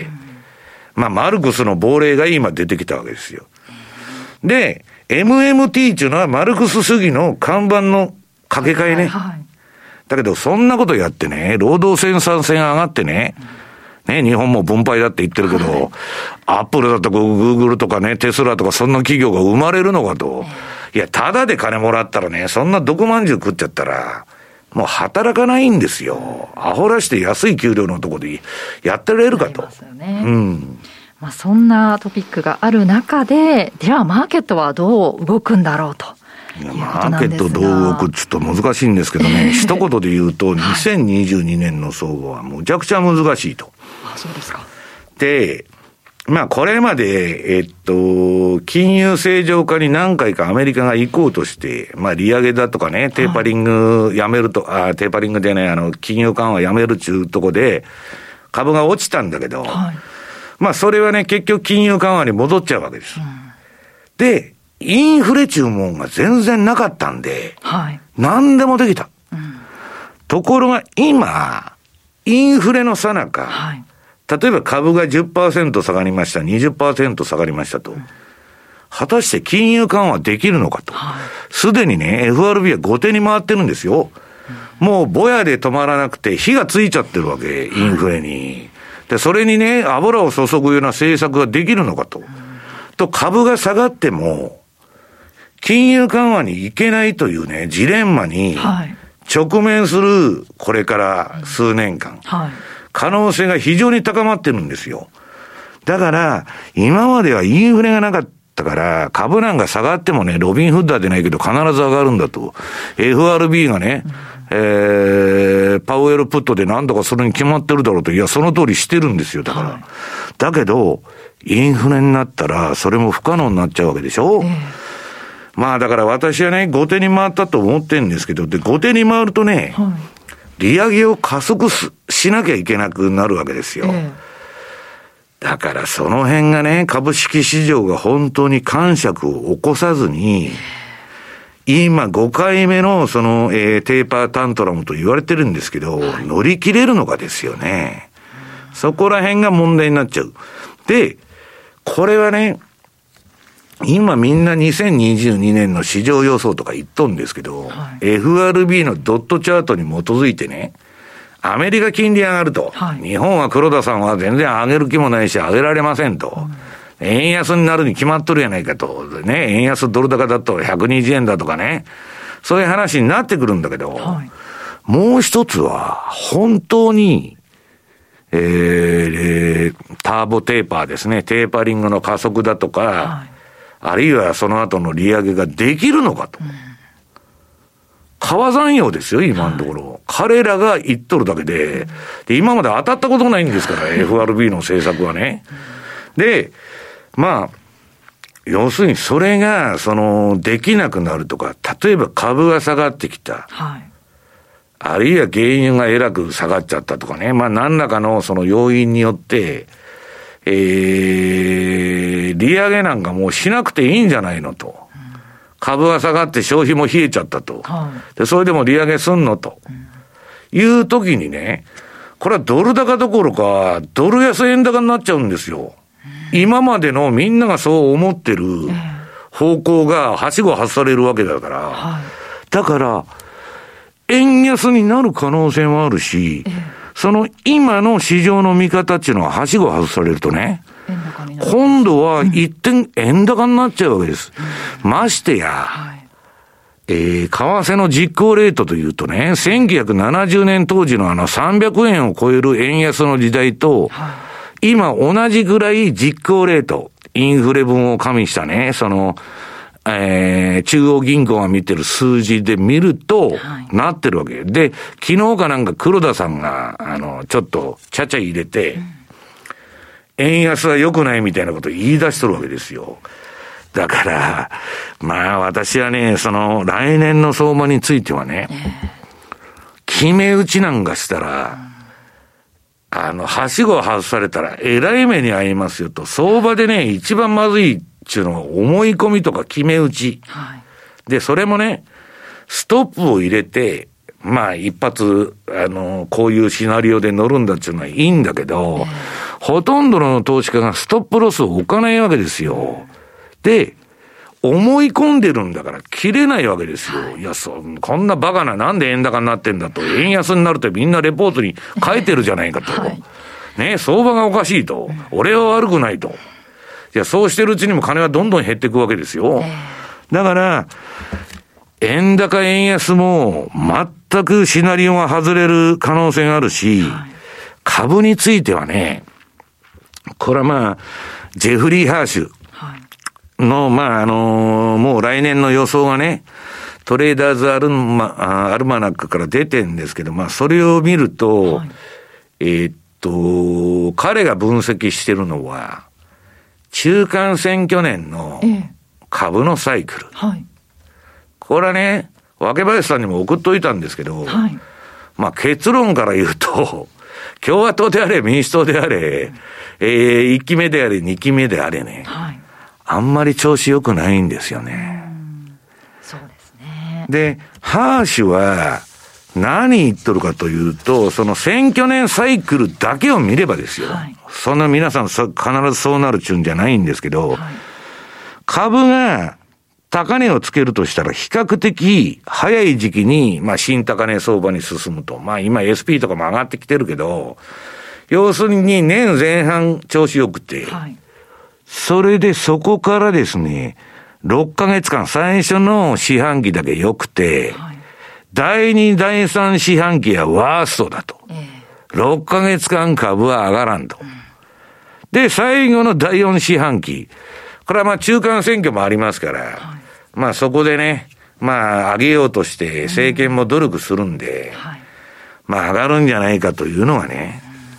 まあマルクスの亡霊が今出てきたわけですよ。で、MMT っていうのはマルクス主義の看板の掛け替えね。だけどそんなことやってね、労働生産性が上がってね、日本も分配だって言ってるけど、アップルだとかグーグルとかね、テスラとかそんな企業が生まれるのかと。いや、ただで金もらったらね、そんな毒まんじゅう食っちゃったら、もう働かないんですよ。アホらして安い給料のとこでやってられるかと。 まあ、そんなトピックがある中で、ではマーケットはどう動くんだろうと。 マーケットどう動くちょっと難しいんですけどね、一言で言うと、2022年の相場はむちゃくちゃ難しいと。 そうですか。 で、まあこれまで、金融正常化に何回かアメリカが行こうとして、まあ利上げだとかね、テーパリングやめると、テーパリングでね、金融緩和やめるっていうとこで、株が落ちたんだけど、まあそれはね、結局金融緩和に戻っちゃうわけです。で、インフレ注文が全然なかったんで、何でもできた。ところが今、インフレの最中、例えば株が 10% 下がりました、20% 下がりましたと。果たして金融緩和できるのかと。すでにね、FRB は後手に回ってるんですよ。もうぼやで止まらなくて火がついちゃってるわけ、インフレに。で、それにね、油を注ぐような政策ができるのかと。と、株が下がっても、金融緩和に行けないというね、ジレンマに直面するこれから数年間、可能性が非常に高まってるんですよ。だから、今まではインフレがなかったから、株なんか下がってもね、ロビンフッダーでないけど必ず上がるんだと。FRB がね、パウエルプットで何とかそれに決まってるだろうと。いや、その通りしてるんですよ、だから。だけど、 インフレになったら、それも不可能になっちゃうわけでしょ。まあだから私はね、後手に回ったと思ってるんですけど、で、後手に回るとね、利上げを加速しなきゃいけなくなるわけですよ。だからその辺がね、株式市場が本当に癇癪を起こさずに、今5回目のその、テーパータントラムと言われてるんですけど、乗り切れるのかですよね。そこら辺が問題になっちゃう。で、これはね、今みんな2022年の市場予想とか言っとんですけど、FRB のドットチャートに基づいてね、アメリカ金利上がると、日本は黒田さんは全然上げる気もないし上げられませんと、円安になるに決まっとるやないかと、ね、円安ドル高だと120円だとかね、そういう話になってくるんだけど、もう一つは本当に、ターボテーパーですね、テーパリングの加速だとか、あるいはその後の利上げができるのかと。川山用ですよ、今のところ。彼らが言っとるだけで、今まで当たったことないんですから、FRB の政策はね。で、まあ、要するにそれが、できなくなるとか、例えば株が下がってきた。あるいは原油がえらく下がっちゃったとかね。まあ、何らかのその要因によって、利上げなんかもうしなくていいんじゃないのと。株が下がって消費も冷えちゃったと。で、それでも利上げすんのと。いう時にね、これはドル高どころか、ドル安円高になっちゃうんですよ。今までのみんながそう思ってる方向がはしご外されるわけだから。だから、円安になる可能性もあるし、その今の市場の見方っていうのははしご外されるとね、今度は一点円高になっちゃうわけです。ましてや、為替の実行レートというとね、1970年当時の300円を超える円安の時代と、今同じぐらい実行レート、インフレ分を加味したね、中央銀行が見てる数字で見ると、なってるわけで、昨日かなんか黒田さんが、ちょっとちゃちゃ入れて、円安は良くないみたいなことを言い出しとるわけですよ。だから、まあ私はね、来年の相場についてはね、決め打ちなんかしたら、はしごを外されたら、えらい目に遭いますよと、相場でね、一番まずいっていうのは思い込みとか決め打ち。で、それもね、ストップを入れて、まあ一発、こういうシナリオで乗るんだっていうのはいいんだけど、ほとんどの投資家がストップロスを置かないわけですよ。で、思い込んでるんだから切れないわけですよ。いや、こんなバカな、なんで円高になってんだと、円安になるってみんなレポートに書いてるじゃないかと。ね、相場がおかしいと。俺は悪くないと。いや、そうしてるうちにも金はどんどん減っていくわけですよ。だから、円高円安も全くシナリオが外れる可能性があるし、株についてはね、これはまあ、ジェフリー・ハーシュの、まあもう来年の予想がね、トレーダーズアルマナックから出てんですけど、まあそれを見ると、彼が分析してるのは、中間選挙年の株のサイクル。これはね、若林さんにも送っといたんですけど、まあ結論から言うと、共和党であれ、民主党であれ、1期目であれ、2期目であれね、あんまり調子良くないんですよね。 そうですね。で、 ハーシュは何言っとるかというと、その選挙年サイクルだけを見ればですよ。そんな皆さん必ずそうなるっちゅうんじゃないんですけど、株が高値をつけるとしたら比較的早い時期に、まあ新高値相場に進むと。まあ今 SP とかも上がってきてるけど、要するに年前半調子よくて、それでそこからですね、6ヶ月間最初の四半期だけ良くて、第2、第3四半期はワーストだと。6ヶ月間株は上がらんと。で、最後の第4四半期。これはまあ中間選挙もありますから、まあそこでね、まあ上げようとして政権も努力するんで、まあ上がるんじゃないかというのがね、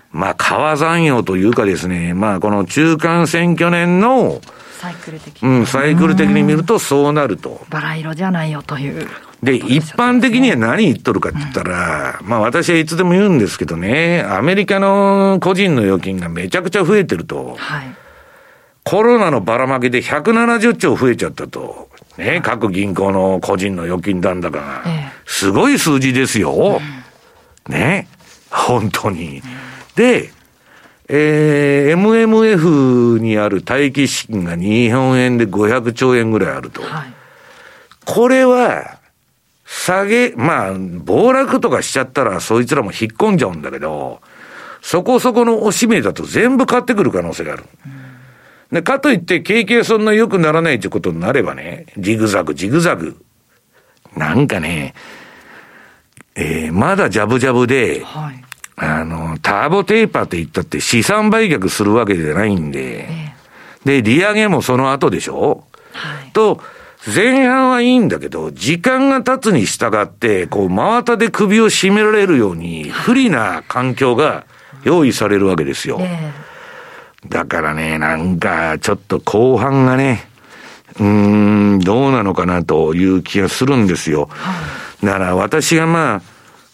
まあ、川残用というかですね、まあ、この中間選挙年の、 サイクル的に。 サイクル的に見るとそうなると。 バラ色じゃないよという。 で、一般的には何言っとるかって言ったら、まあ私はいつでも言うんですけどね、アメリカの個人の預金がめちゃくちゃ増えてると、コロナのばらまきで170兆増えちゃったと、ね、各銀行の個人の預金残高が、すごい数字ですよ。ね、本当に。で、MMF にある待機資金が日本円で500兆円ぐらいあると。これは、まあ、暴落とかしちゃったらそいつらも引っ込んじゃうんだけど、そこそこのおしめだと全部買ってくる可能性がある。で、かといって景気がそんな良くならないということになればね、ジグザグ。なんかね、まだジャブジャブで、ターボテーパーって言ったって資産売却するわけじゃないんで、で、利上げもその後でしょ、と、前半はいいんだけど、時間が経つに従って、こう、真綿で首を絞められるように、不利な環境が用意されるわけですよ。だからね、なんか、ちょっと後半がね、どうなのかなという気がするんですよ。だから私がまあ、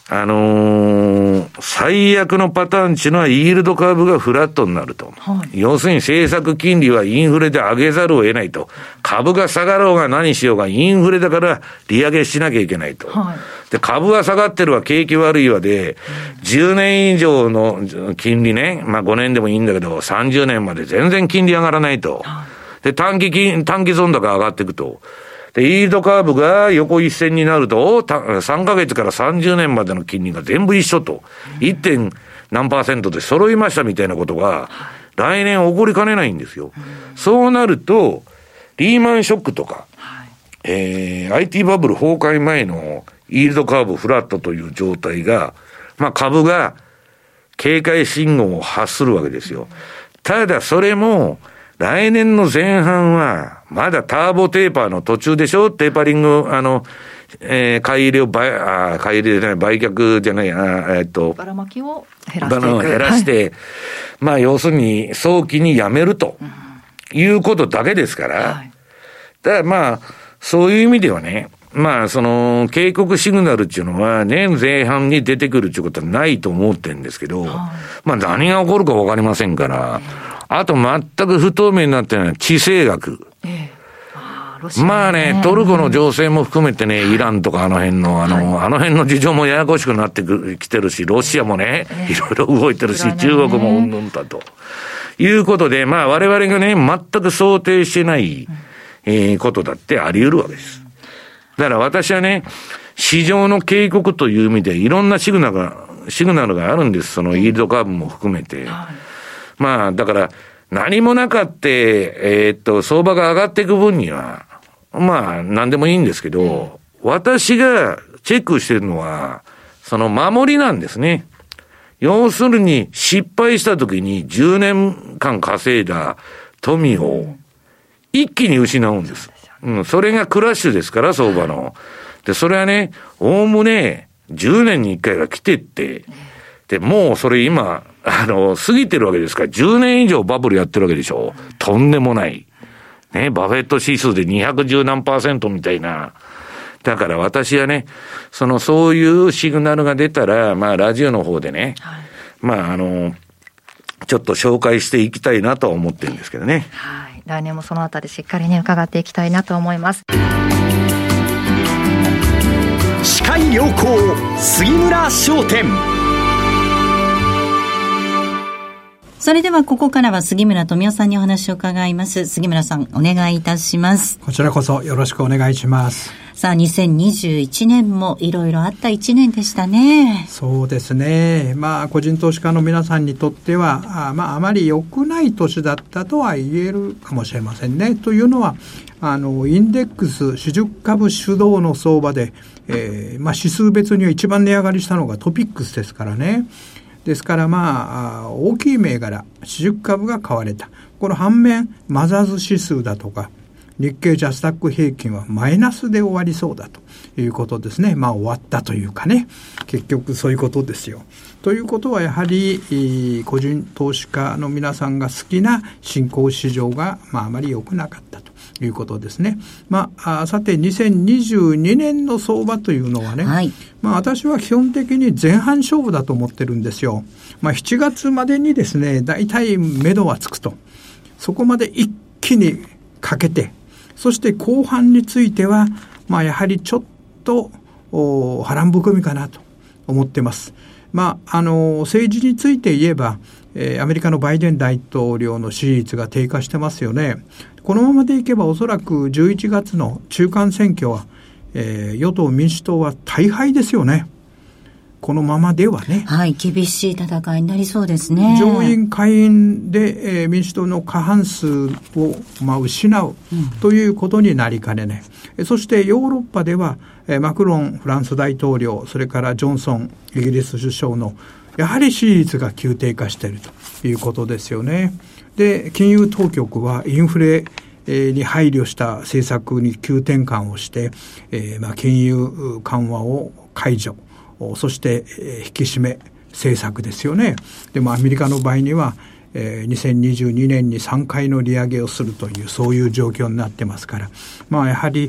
最悪のパターンっていうのは、イールドカーブがフラットになると。要するに政策金利はインフレで上げざるを得ないと。株が下がろうが何しようがインフレだから利上げしなきゃいけないと。で、株は下がってるわ、景気悪いわで、10年以上の金利ね、まあ5年でもいいんだけど、30年まで全然金利上がらないと。で、短期損高上がっていくと。で、イールドカーブが横一線になると、3ヶ月から30年までの金利が全部一緒と、1. 何%で揃いましたみたいなことが、来年起こりかねないんですよ。そうなると、リーマンショックとか、IT バブル崩壊前のイールドカーブフラットという状態が、まあ株が警戒信号を発するわけですよ。ただそれも、来年の前半は、まだターボテーパーの途中でしょ？テーパリング、買い入れを買い入れじゃない、売却じゃない、 ばらまきを減らして、まあ要するに早期にやめると、いうことだけですから、だからまあ、そういう意味ではね、まあその、警告シグナルっていうのは年前半に出てくるっていうことはないと思ってるんですけど、まあ何が起こるかわかりませんから、あと全く不透明になってるのは地政学。まあね、トルコの情勢も含めてね、イランとかあの辺の事情もややこしくなってきてるし、ロシアもね、いろいろ動いてるし、中国もうんぬんだと。いうことで、まあ我々がね、全く想定してない、ことだってあり得るわけです。だから私はね、市場の警告という意味でいろんなシグナルがあるんです。そのイールドカーブも含めて。まあ、だから、何もなかって、相場が上がっていく分には、まあ、何でもいいんですけど、私がチェックしてるのは、その守りなんですね。要するに、失敗した時に10年間稼いだ富を一気に失うんです。それがクラッシュですから、相場の。で、それはね、おおむね10年に1回が来てって、で、もうそれ今、過ぎてるわけですから、10年以上バブルやってるわけでしょ。とんでもない。ね、バフェット指数で210何%みたいな。だから私はね、そういうシグナルが出たら、まあ、ラジオの方でね、まあ、ちょっと紹介していきたいなと思ってるんですけどね。 はい。来年もそのあたりしっかりね、伺っていきたいなと思います。 視界良好、杉村商店。 それではここからは杉村富夫さんにお話を伺います。杉村さん、お願いいたします。 こちらこそよろしくお願いします。 さあ、2021年もいろいろあった1年でしたね。 そうですね。まあ、個人投資家の皆さんにとっては、まあ、あまり良くない年だったとは言えるかもしれませんね。というのは、インデックス主軸株主導の相場で、まあ、指数別には一番値上がりしたのがトピックスですからね。ですからまあ、大きい銘柄、主軸株が買われた。この反面、マザーズ指数だとか、日経ジャスタック平均はマイナスで終わりそうだと。 いうことですね。終わったというかね、結局そういうことですよ。ということはやはり個人投資家の皆さんが好きな新興市場があまり良くなかったということですね。さて2022年の相場というのはね、はい、私は基本的に前半勝負だと思ってるんですよ。7月までにですね、だいたい目処はつくと。そこまで一気にかけて、そして後半については、やはりちょっと波乱含みかなと思ってます。政治について言えば、アメリカのバイデン大統領の支持率が低下してますよね。このままでいけばおそらく11月の中間選挙は、与党民主党は大敗ですよね。このままではね。 はい、厳しい戦いになりそうですね。 上院下院で、民主党の過半数を、失うということになりかねない。そしてヨーロッパでは、マクロンフランス大統領、それからジョンソンイギリス首相のやはり支持率が急低下しているということですよね。で、金融当局はインフレに配慮した政策に急転換をして、金融緩和を解除、そして引き締め政策ですよね。でもアメリカの場合には2022年に3回の利上げをするというそういう状況になってますから、やはり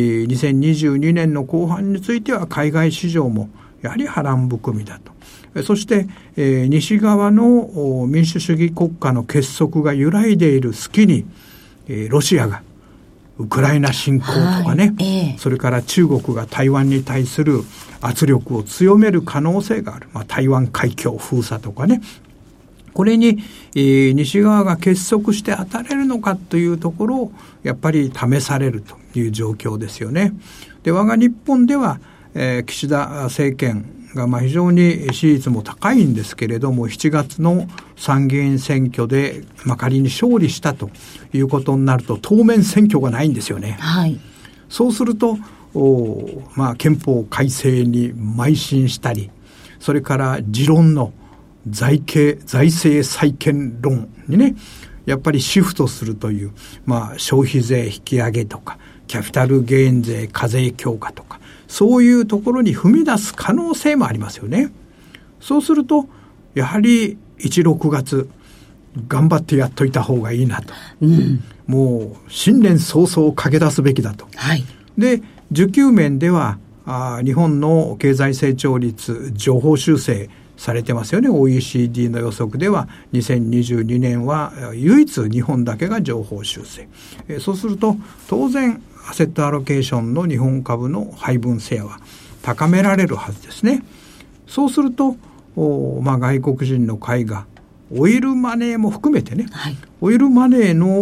2022年の後半については海外市場もやはり波乱含みだと。そして西側の民主主義国家の結束が揺らいでいる隙にロシアがウクライナ侵攻とかね、それから中国が台湾に対する圧力を強める可能性がある。台湾海峡封鎖とかね。これに、西側が結束して当たれるのかというところをやっぱり試されるという状況ですよね。で、我が日本では、岸田政権が非常に支持率も高いんですけれども、7月の参議院選挙で、仮に勝利したということになると当面選挙がないんですよね。はい、そうすると憲法改正に邁進したり、それから持論の財政再建論にね、やっぱりシフトするという、消費税引き上げとかキャピタルゲイン税課税強化とか、そういうところに踏み出す可能性もありますよね。そうするとやはり1、6月頑張ってやっといた方がいいなと、もう新年早々駆け出すべきだと。はい、で、需給面では日本の経済成長率上方修正されてますよね。 OECD の予測では2022年は唯一日本だけが上方修正。そうすると当然アセットアロケーションの日本株の配分シェアは高められるはずですね。そうすると外国人の買いがオイルマネーも含めてね、はい、オイルマネーの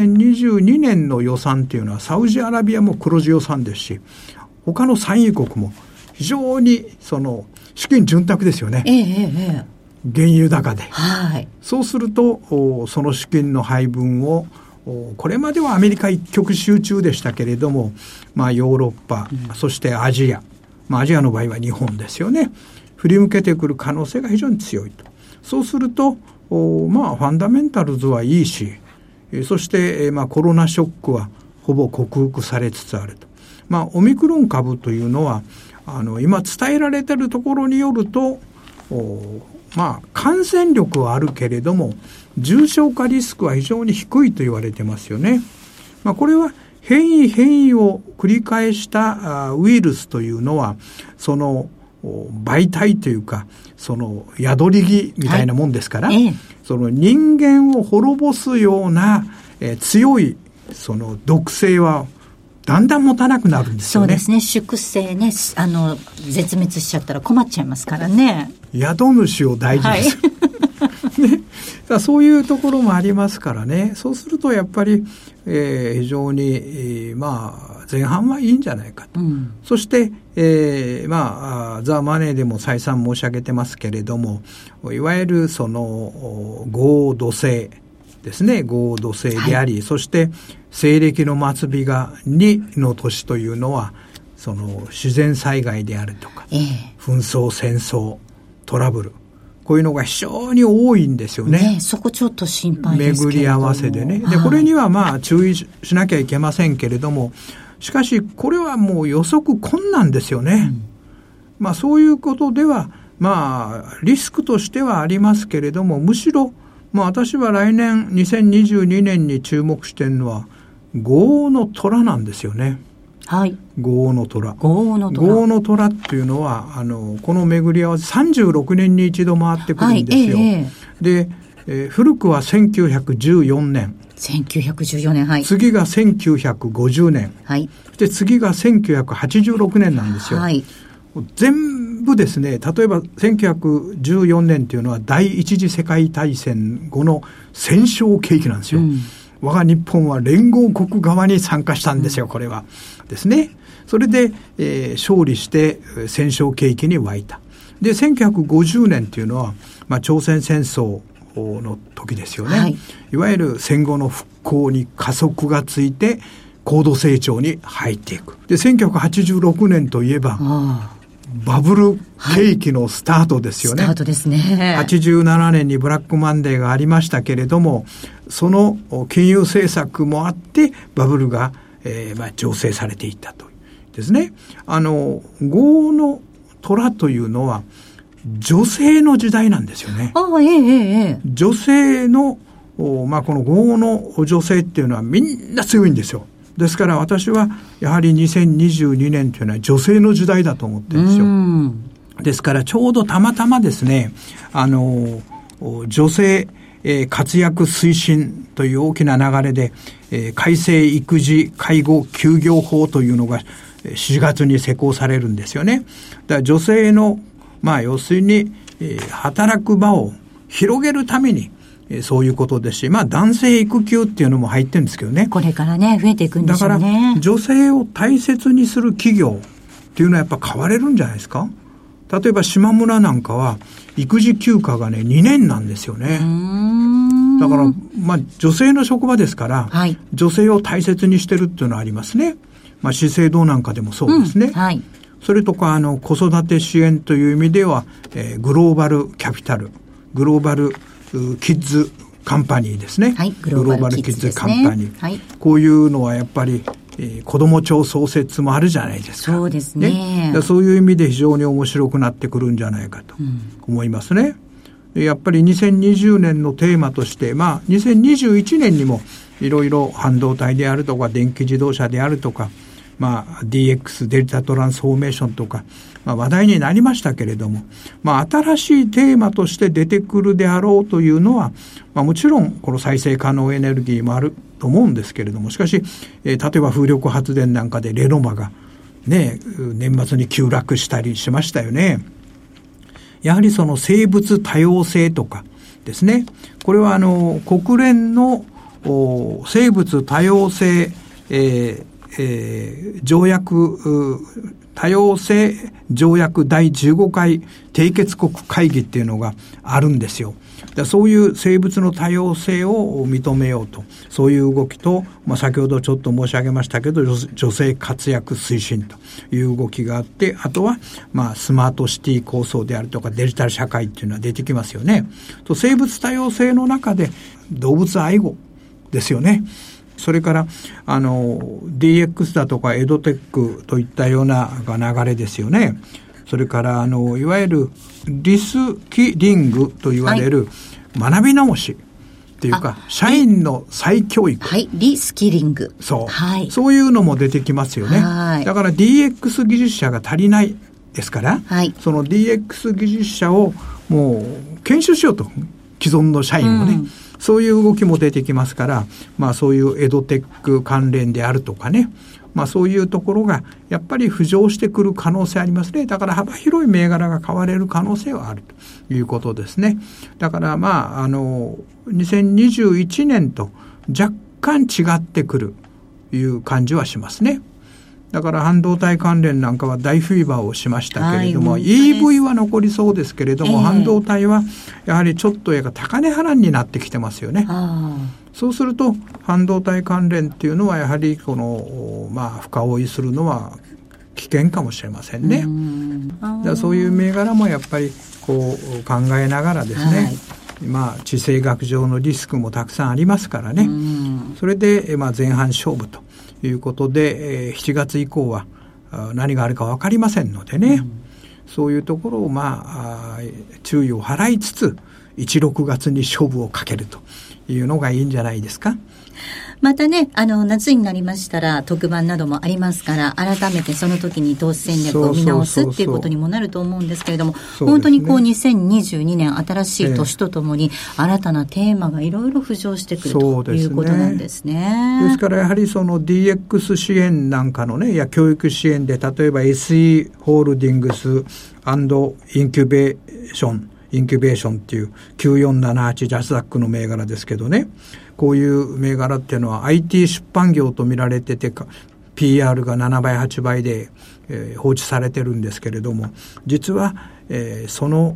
2022年の予算というのはサウジアラビアも黒字予算ですし、他の産油国も非常に資金潤沢ですよね。原油高で、はい、そうするとその資金の配分をこれまではアメリカ一極集中でしたけれども、ヨーロッパ、そしてアジア、アジアの場合は日本ですよね、振り向けてくる可能性が非常に強いと。そうするとファンダメンタルズはいいし、そしてコロナショックはほぼ克服されつつあると。オミクロン株というのは今伝えられているところによると感染力はあるけれども重症化リスクは非常に低いと言われてますよね。これは変異を繰り返したウイルスというのはその媒体というかその宿り木みたいなもんですから、その人間を滅ぼすような、強いその毒性はだんだん持たなくなるんですよね。 そうですね。粛清ね、絶滅しちゃったら困っちゃいますからね。 宿主を大事にする、ね、そういうところもありますからね。そうするとやっぱり、非常に、前半はいいんじゃないかと、そして、ザ・マネーでも再三申し上げてますけれども、いわゆるその豪土星ですね、豪土星であり、そして西暦の末日が2の年というのはその自然災害であるとか、紛争戦争トラブル、こういうのが非常に多いんですよね。 そこちょっと心配ですけれども、 巡り合わせでね。でこれには注意しなきゃいけませんけれども、 しかしこれはもう予測困難ですよね。まあそういうことではまあリスクとしてはありますけれども、むしろまあ私は来年2022年に注目しているのは豪の虎なんですよね。 はい。 豪の虎。 豪の虎。 豪の虎っていうのはこの巡り合わせ36年に一度回ってくるんですよ。で、古くは1914年。 1914年、はい。 次が1950年。 はい。 で、次が1986年なんですよ。はい。全部ですね、例えば1914年というのは第一次世界大戦後の戦勝景気なんですよ。我が日本は連合国側に参加したんですよ、これは。ですね。それで、勝利して戦勝景気に沸いた。で、1950年というのは、まあ、朝鮮戦争の時ですよね。はい、いわゆる戦後の復興に加速がついて高度成長に入っていく。で、1986年といえば、バブル景気のスタートですよね。 スタートですね。 87年にブラックマンデーがありましたけれども、その金融政策もあってバブルが、まあ、醸成されていったとですね。豪の虎というのは女性の時代なんですよね。女性の、まあ、この豪の女性っていうのはみんな強いんですよ。ですから私はやはり2022年というのは女性の時代だと思ってるんですよ。ですからちょうどたまたまですね、女性、活躍推進という大きな流れで、改正育児介護休業法というのが4月に施行されるんですよね。だから女性のまあ要するに、働く場を広げるためにそういうことですし、まあ男性育休っていうのも入ってるんですけどね。 これからね、増えていくんでしょうね。 だから女性を大切にする企業っていうのはやっぱ変われるんじゃないですか。例えば島村なんかは育児休暇がね、2年なんですよね。だから、まあ女性の職場ですから、はい、女性を大切にしてるっていうのはありますね。まあ資生堂なんかでもそうですね。はい。それとか子育て支援という意味では、グローバルキャピタル、グローバルキッズカンパニーですね。はい、グローバルキッズカンパニー。はい、こういうのはやっぱり、子ども庁創設もあるじゃないですか。 そうですね。 そういう意味で非常に面白くなってくるんじゃないかと思いますね。やっぱり2020年のテーマとして、まあ2021年にもいろいろ半導体であるとか電気自動車であるとか、まあ DX デジタルトランスフォーメーションとか、まあ、話題になりましたけれども、まあ新しいテーマとして出てくるであろうというのは、まあもちろんこの再生可能エネルギーもあると思うんですけれども、しかし、例えば風力発電なんかでレノマがね、年末に急落したりしましたよね。やはりその生物多様性とかですね、これは国連の生物多様性、条約多様性条約第15回締結国会議っていうのがあるんですよ。そういう生物の多様性を認めようと、そういう動きと、まあ、先ほどちょっと申し上げましたけど女性活躍推進という動きがあって、あとはまあスマートシティ構想であるとかデジタル社会っていうのは出てきますよね。と生物多様性の中で動物愛護ですよね。それからDX だとかエドテックといったような流れですよね。それからいわゆるリスキリングと言われる学び直しっていうか、社員の再教育。 はい、リスキリング。 そう。はい。そういうのも出てきますよね。はい。だから DX 技術者が足りないですから、はい。その DX 技術者をもう研修しようと。既存の社員もね。そういう動きも出てきますから、まあそういうエドテック関連であるとかね。まあそういうところがやっぱり浮上してくる可能性ありますね。だから幅広い銘柄が買われる可能性はあるということですね。だからまあ2021年と若干違ってくるという感じはしますね。だから半導体関連なんかは大フィーバーをしましたけれども、はい、EV は残りそうですけれども、半導体はやはりちょっと高値波乱になってきてますよね。そうすると半導体関連っていうのはやはりこのまあ深追いするのは危険かもしれませんね。そういう銘柄もやっぱりこう考えながらですね、はい、まあ地政学上のリスクもたくさんありますからね。それでまあ前半勝負ということで、7月以降は何があるか分かりませんのでね、そういうところを注意を払いつつ1、6月に勝負をかけるというのがいいんじゃないですか。 またね、夏になりましたら特番などもありますから、改めてその時に投資戦略を見直すっていうことにもなると思うんですけれども、本当にこう2022年新しい年とともに新たなテーマがいろいろ浮上してくるということなんですね。 ですからやはりその DX 支援なんかのね、教育支援で例えば SE ホールディングス&インキュベーションっていう9478ジャスダックの銘柄ですけどね、こういう銘柄っていうのは IT 出版業と見られてて PR が7倍8倍で、放置されてるんですけれども、実は、その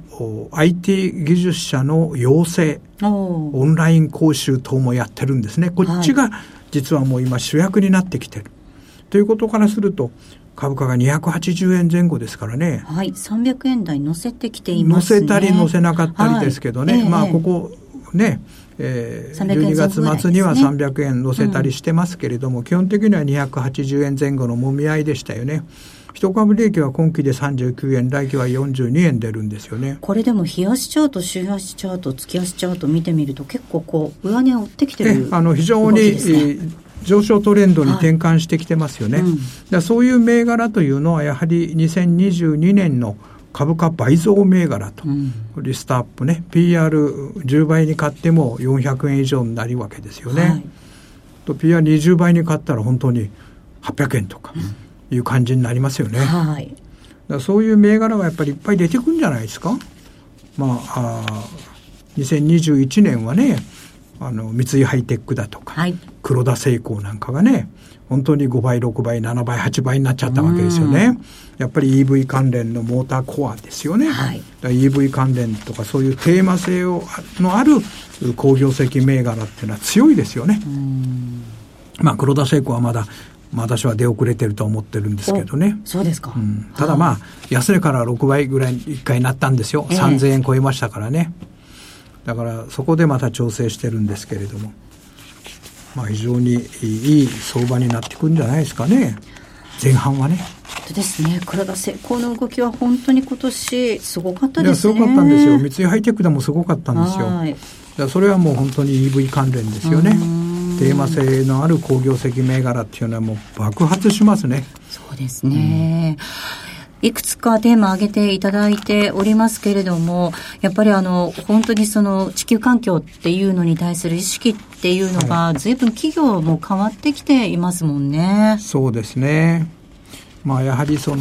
IT 技術者の養成オンライン講習等もやってるんですね。こっちが実はもう今主役になってきてる、ということからすると株価が280円前後ですからね。 はい、300円台乗せてきていますね。 乗せたり乗せなかったりですけどね、ここね、12月末には300円乗せたりしてますけれども、基本的には280円前後のもみ合いでしたよね。一株利益は今期で39円、来期は42円出るんですよね。 これでも日足チャート、週足チャート、月足チャート見てみると結構こう上値を追ってきてる、 非常に上昇トレンドに転換してきてますよね。だそういう銘柄というのはやはり2022年の株価倍増銘柄と、リストアップね、 PR10 倍に買っても400円以上になるわけですよね、と PR20 倍に買ったら本当に800円とかいう感じになりますよね、だそういう銘柄がやっぱりいっぱい出てくるんじゃないですか。2021年はね、三井ハイテックだとか、黒田製鋼なんかがね、本当に5倍6倍7倍8倍になっちゃったわけですよね。やっぱり EV 関連のモーターコアですよね、だ EV 関連とかそういうテーマ性のある好業績銘柄っていうのは強いですよね。黒田製鋼はまだ私は出遅れてると思ってるんですけどね。 そうですか、 ただ安値から6倍ぐらいに1回なったんですよ、3000円超えましたからね。だからそこでまた調整してるんですけれども、非常にいい相場になってくるんじゃないですかね、前半はね。 本当ですね。黒田製鋼の動きは本当に今年すごかったですね。 すごかったんですよ。三井ハイテクでもすごかったんですよ。だそれはもう本当に EV 関連ですよね。テーマ性のある好業績銘柄っていうのはもう爆発しますね。 そうですね、いくつかテーマ挙げていただいておりますけれども、やっぱり本当にその地球環境っていうのに対する意識っていうのが随分企業も変わってきていますもんね。 そうですね。やはりその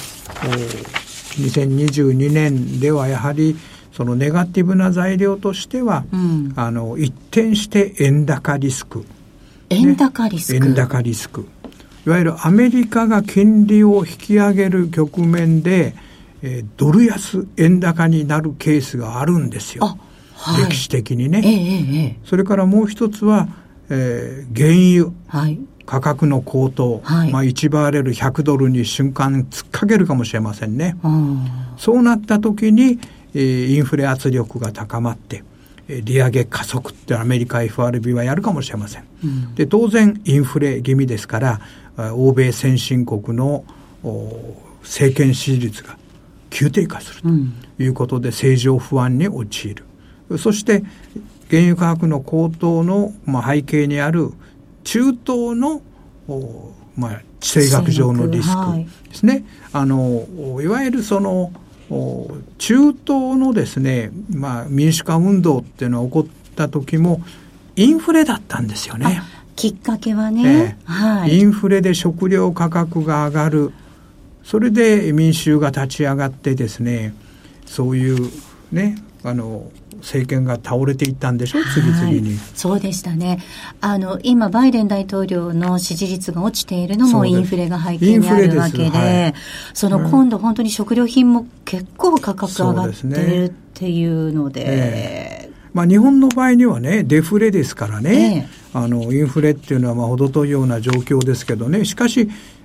2022年ではやはりそのネガティブな材料としては、一転して円高リスク、 円高リスク、 いわゆるアメリカが金利を引き上げる局面で、ドル安円高になるケースがあるんですよ、歴史的にね、それからもう一つは、原油、価格の高騰、1バーレル100ドルに瞬間突っかけるかもしれませんね。そうなった時に、インフレ圧力が高まって利上げ加速ってアメリカ FRB はやるかもしれません、で当然インフレ気味ですから欧米先進国の政権支持率が急低下するということで政情不安に陥る、そして原油価格の高騰の、背景にある中東の地政学上のリスクですね、いわゆるその中東のですね、民主化運動っていうのが起こった時もインフレだったんですよね。 きっかけはね、 インフレで食料価格が上がる、それで民衆が立ち上がってですね、そういうね政権が倒れていったんでしょ、次々に。 そうでしたね。今バイデン大統領の支持率が落ちているのもインフレが背景にあるわけで、その今度本当に食料品も結構価格上がってるっていうので、 日本の場合にはねデフレですからね、インフレっていうのは程遠いような状況ですけどね、しかし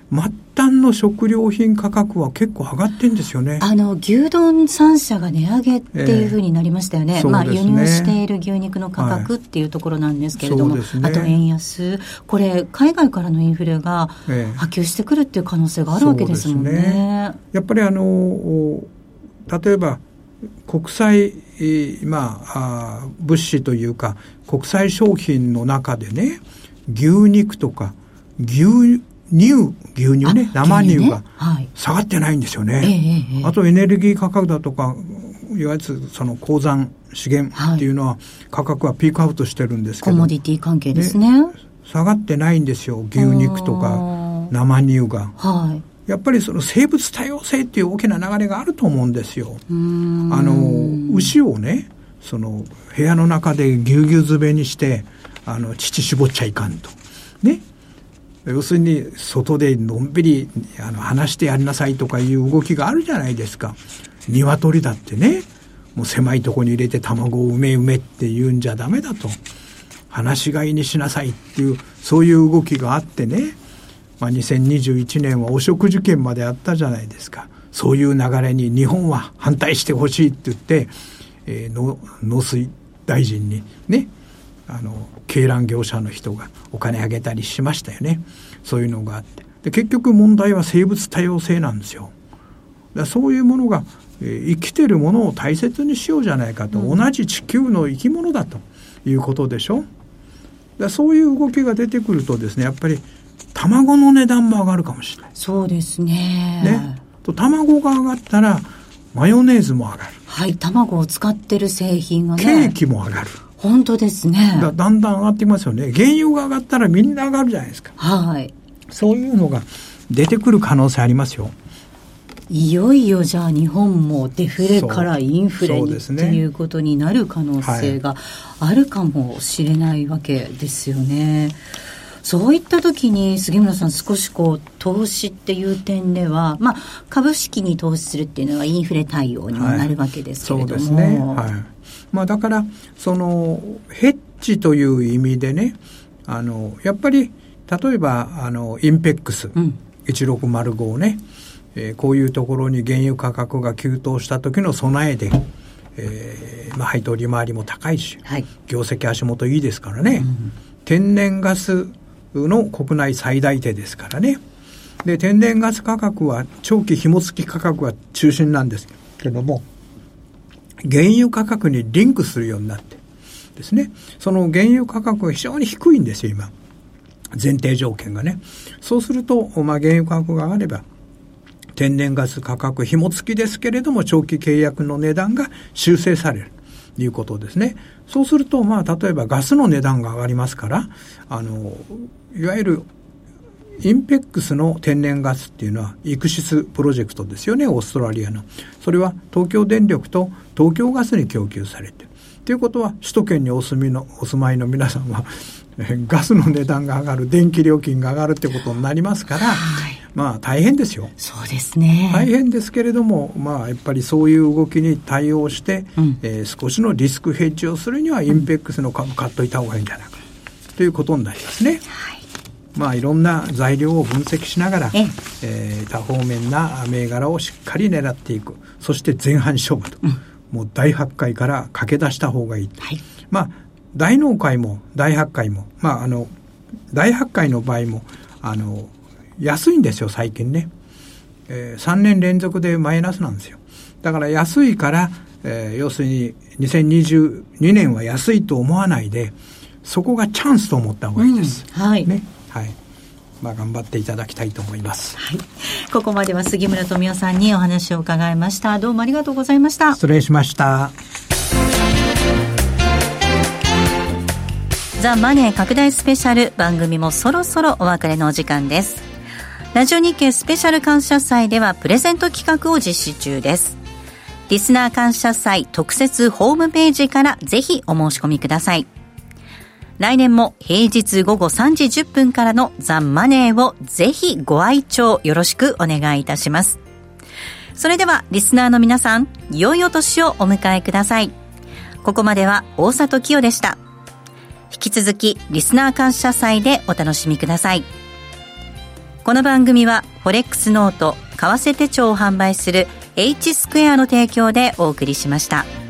末端の食料品価格は結構上がってるんですよね。 牛丼3社が値上げっていうふうになりましたよね。まあ、輸入している牛肉の価格っていうところなんですけれども、あと円安、これ海外からのインフレが波及してくるっていう可能性があるわけですもんね。 やっぱり例えば国際、物資というか国際商品の中でね、牛肉とか牛乳ね、生乳が下がってないんですよね。あとエネルギー価格だとか、いわゆるその鉱山資源っていうのは価格はピークアウトしてるんですけど、 コモディティ関係ですね。 下がってないんですよ、牛肉とか生乳が。やっぱりその生物多様性っていう大きな流れがあると思うんですよ。牛をね、その部屋の中でぎゅうぎゅう詰めにして乳絞っちゃいかんとね。要するに外でのんびり話してやりなさいとかいう動きがあるじゃないですか。鶏だってね、もう狭いとこに入れて卵を埋めって言うんじゃダメだと、放し飼いにしなさいっていう、そういう動きがあってね、2021年は汚職事件まであったじゃないですか。そういう流れに日本は反対してほしいって言って、農水大臣にね、鶏卵業者の人がお金あげたりしましたよね。そういうのがあって、で結局問題は生物多様性なんですよ。だそういうものが、生きてるものを大切にしようじゃないかと、同じ地球の生き物だということでしょ。だそういう動きが出てくるとですね、やっぱり卵の値段も上がるかもしれない。 そうですね。 と卵が上がったらマヨネーズも上がる。 はい、卵を使ってる製品がね。 ケーキも上がる。 本当ですね。 だんだん上がってきますよね。原油が上がったらみんな上がるじゃないですか。 はい。 そういうのが出てくる可能性ありますよ。 いよいよじゃあ日本もデフレからインフレにっていうことになる可能性があるかもしれないわけですよね。そういった時に杉村さん、少し投資っていう点では、株式に投資するっていうのはインフレ対応にもなるわけですけれども、 そうですね。だからそのヘッジという意味でね、やっぱり例えばインペックス、1605ね、こういうところに原油価格が急騰した時の備えで、配当利回りも高いし、業績足元いいですからね、天然ガスの国内最大手ですからね。で天然ガス価格は長期紐付き価格が中心なんですけども、原油価格にリンクするようになってですね、その原油価格が非常に低いんですよ今、前提条件がね。そうすると、原油価格が上がれば天然ガス価格紐付きですけれども長期契約の値段が修正されるということですね。そうすると例えばガスの値段が上がりますから、いわゆるインペックスの天然ガスっていうのはイクシスプロジェクトですよね、オーストラリアの。それは東京電力と東京ガスに供給されているということは、首都圏にお住まいの皆さんはガスの値段が上がる、電気料金が上がるってことになりますから、大変ですよ。 そうですね。 大変ですけれども、やっぱりそういう動きに対応して、少しのリスクヘッジをするにはインペックスの株買っといた方がいいんじゃないかということになりますね。いろんな材料を分析しながら、多方面な銘柄をしっかり狙っていく。そして前半勝負と、もう第8回から駆け出した方がいい。大納会も第8回も、第8回の場合も安いんですよ最近ね。3年連続でマイナスなんですよ。だから安いから、要するに2022年は安いと思わないで、そこがチャンスと思った方がいいです。頑張っていただきたいと思います。 ここまでは杉村富夫さんにお話を伺いました。どうもありがとうございました。 失礼しました。 ザ・マネー拡大スペシャル、番組もそろそろお別れのお時間です。ラジオ日経スペシャル感謝祭ではプレゼント企画を実施中です。リスナー感謝祭特設ホームページからぜひお申し込みください。来年も平日午後3時10分からのザ・マネーをぜひご愛聴よろしくお願いいたします。それではリスナーの皆さん、良いお年をお迎えください。ここまでは大里清でした。引き続きリスナー感謝祭でお楽しみください。 この番組はフォレックスノート為替手帳を販売するHスクエアの提供でお送りしました。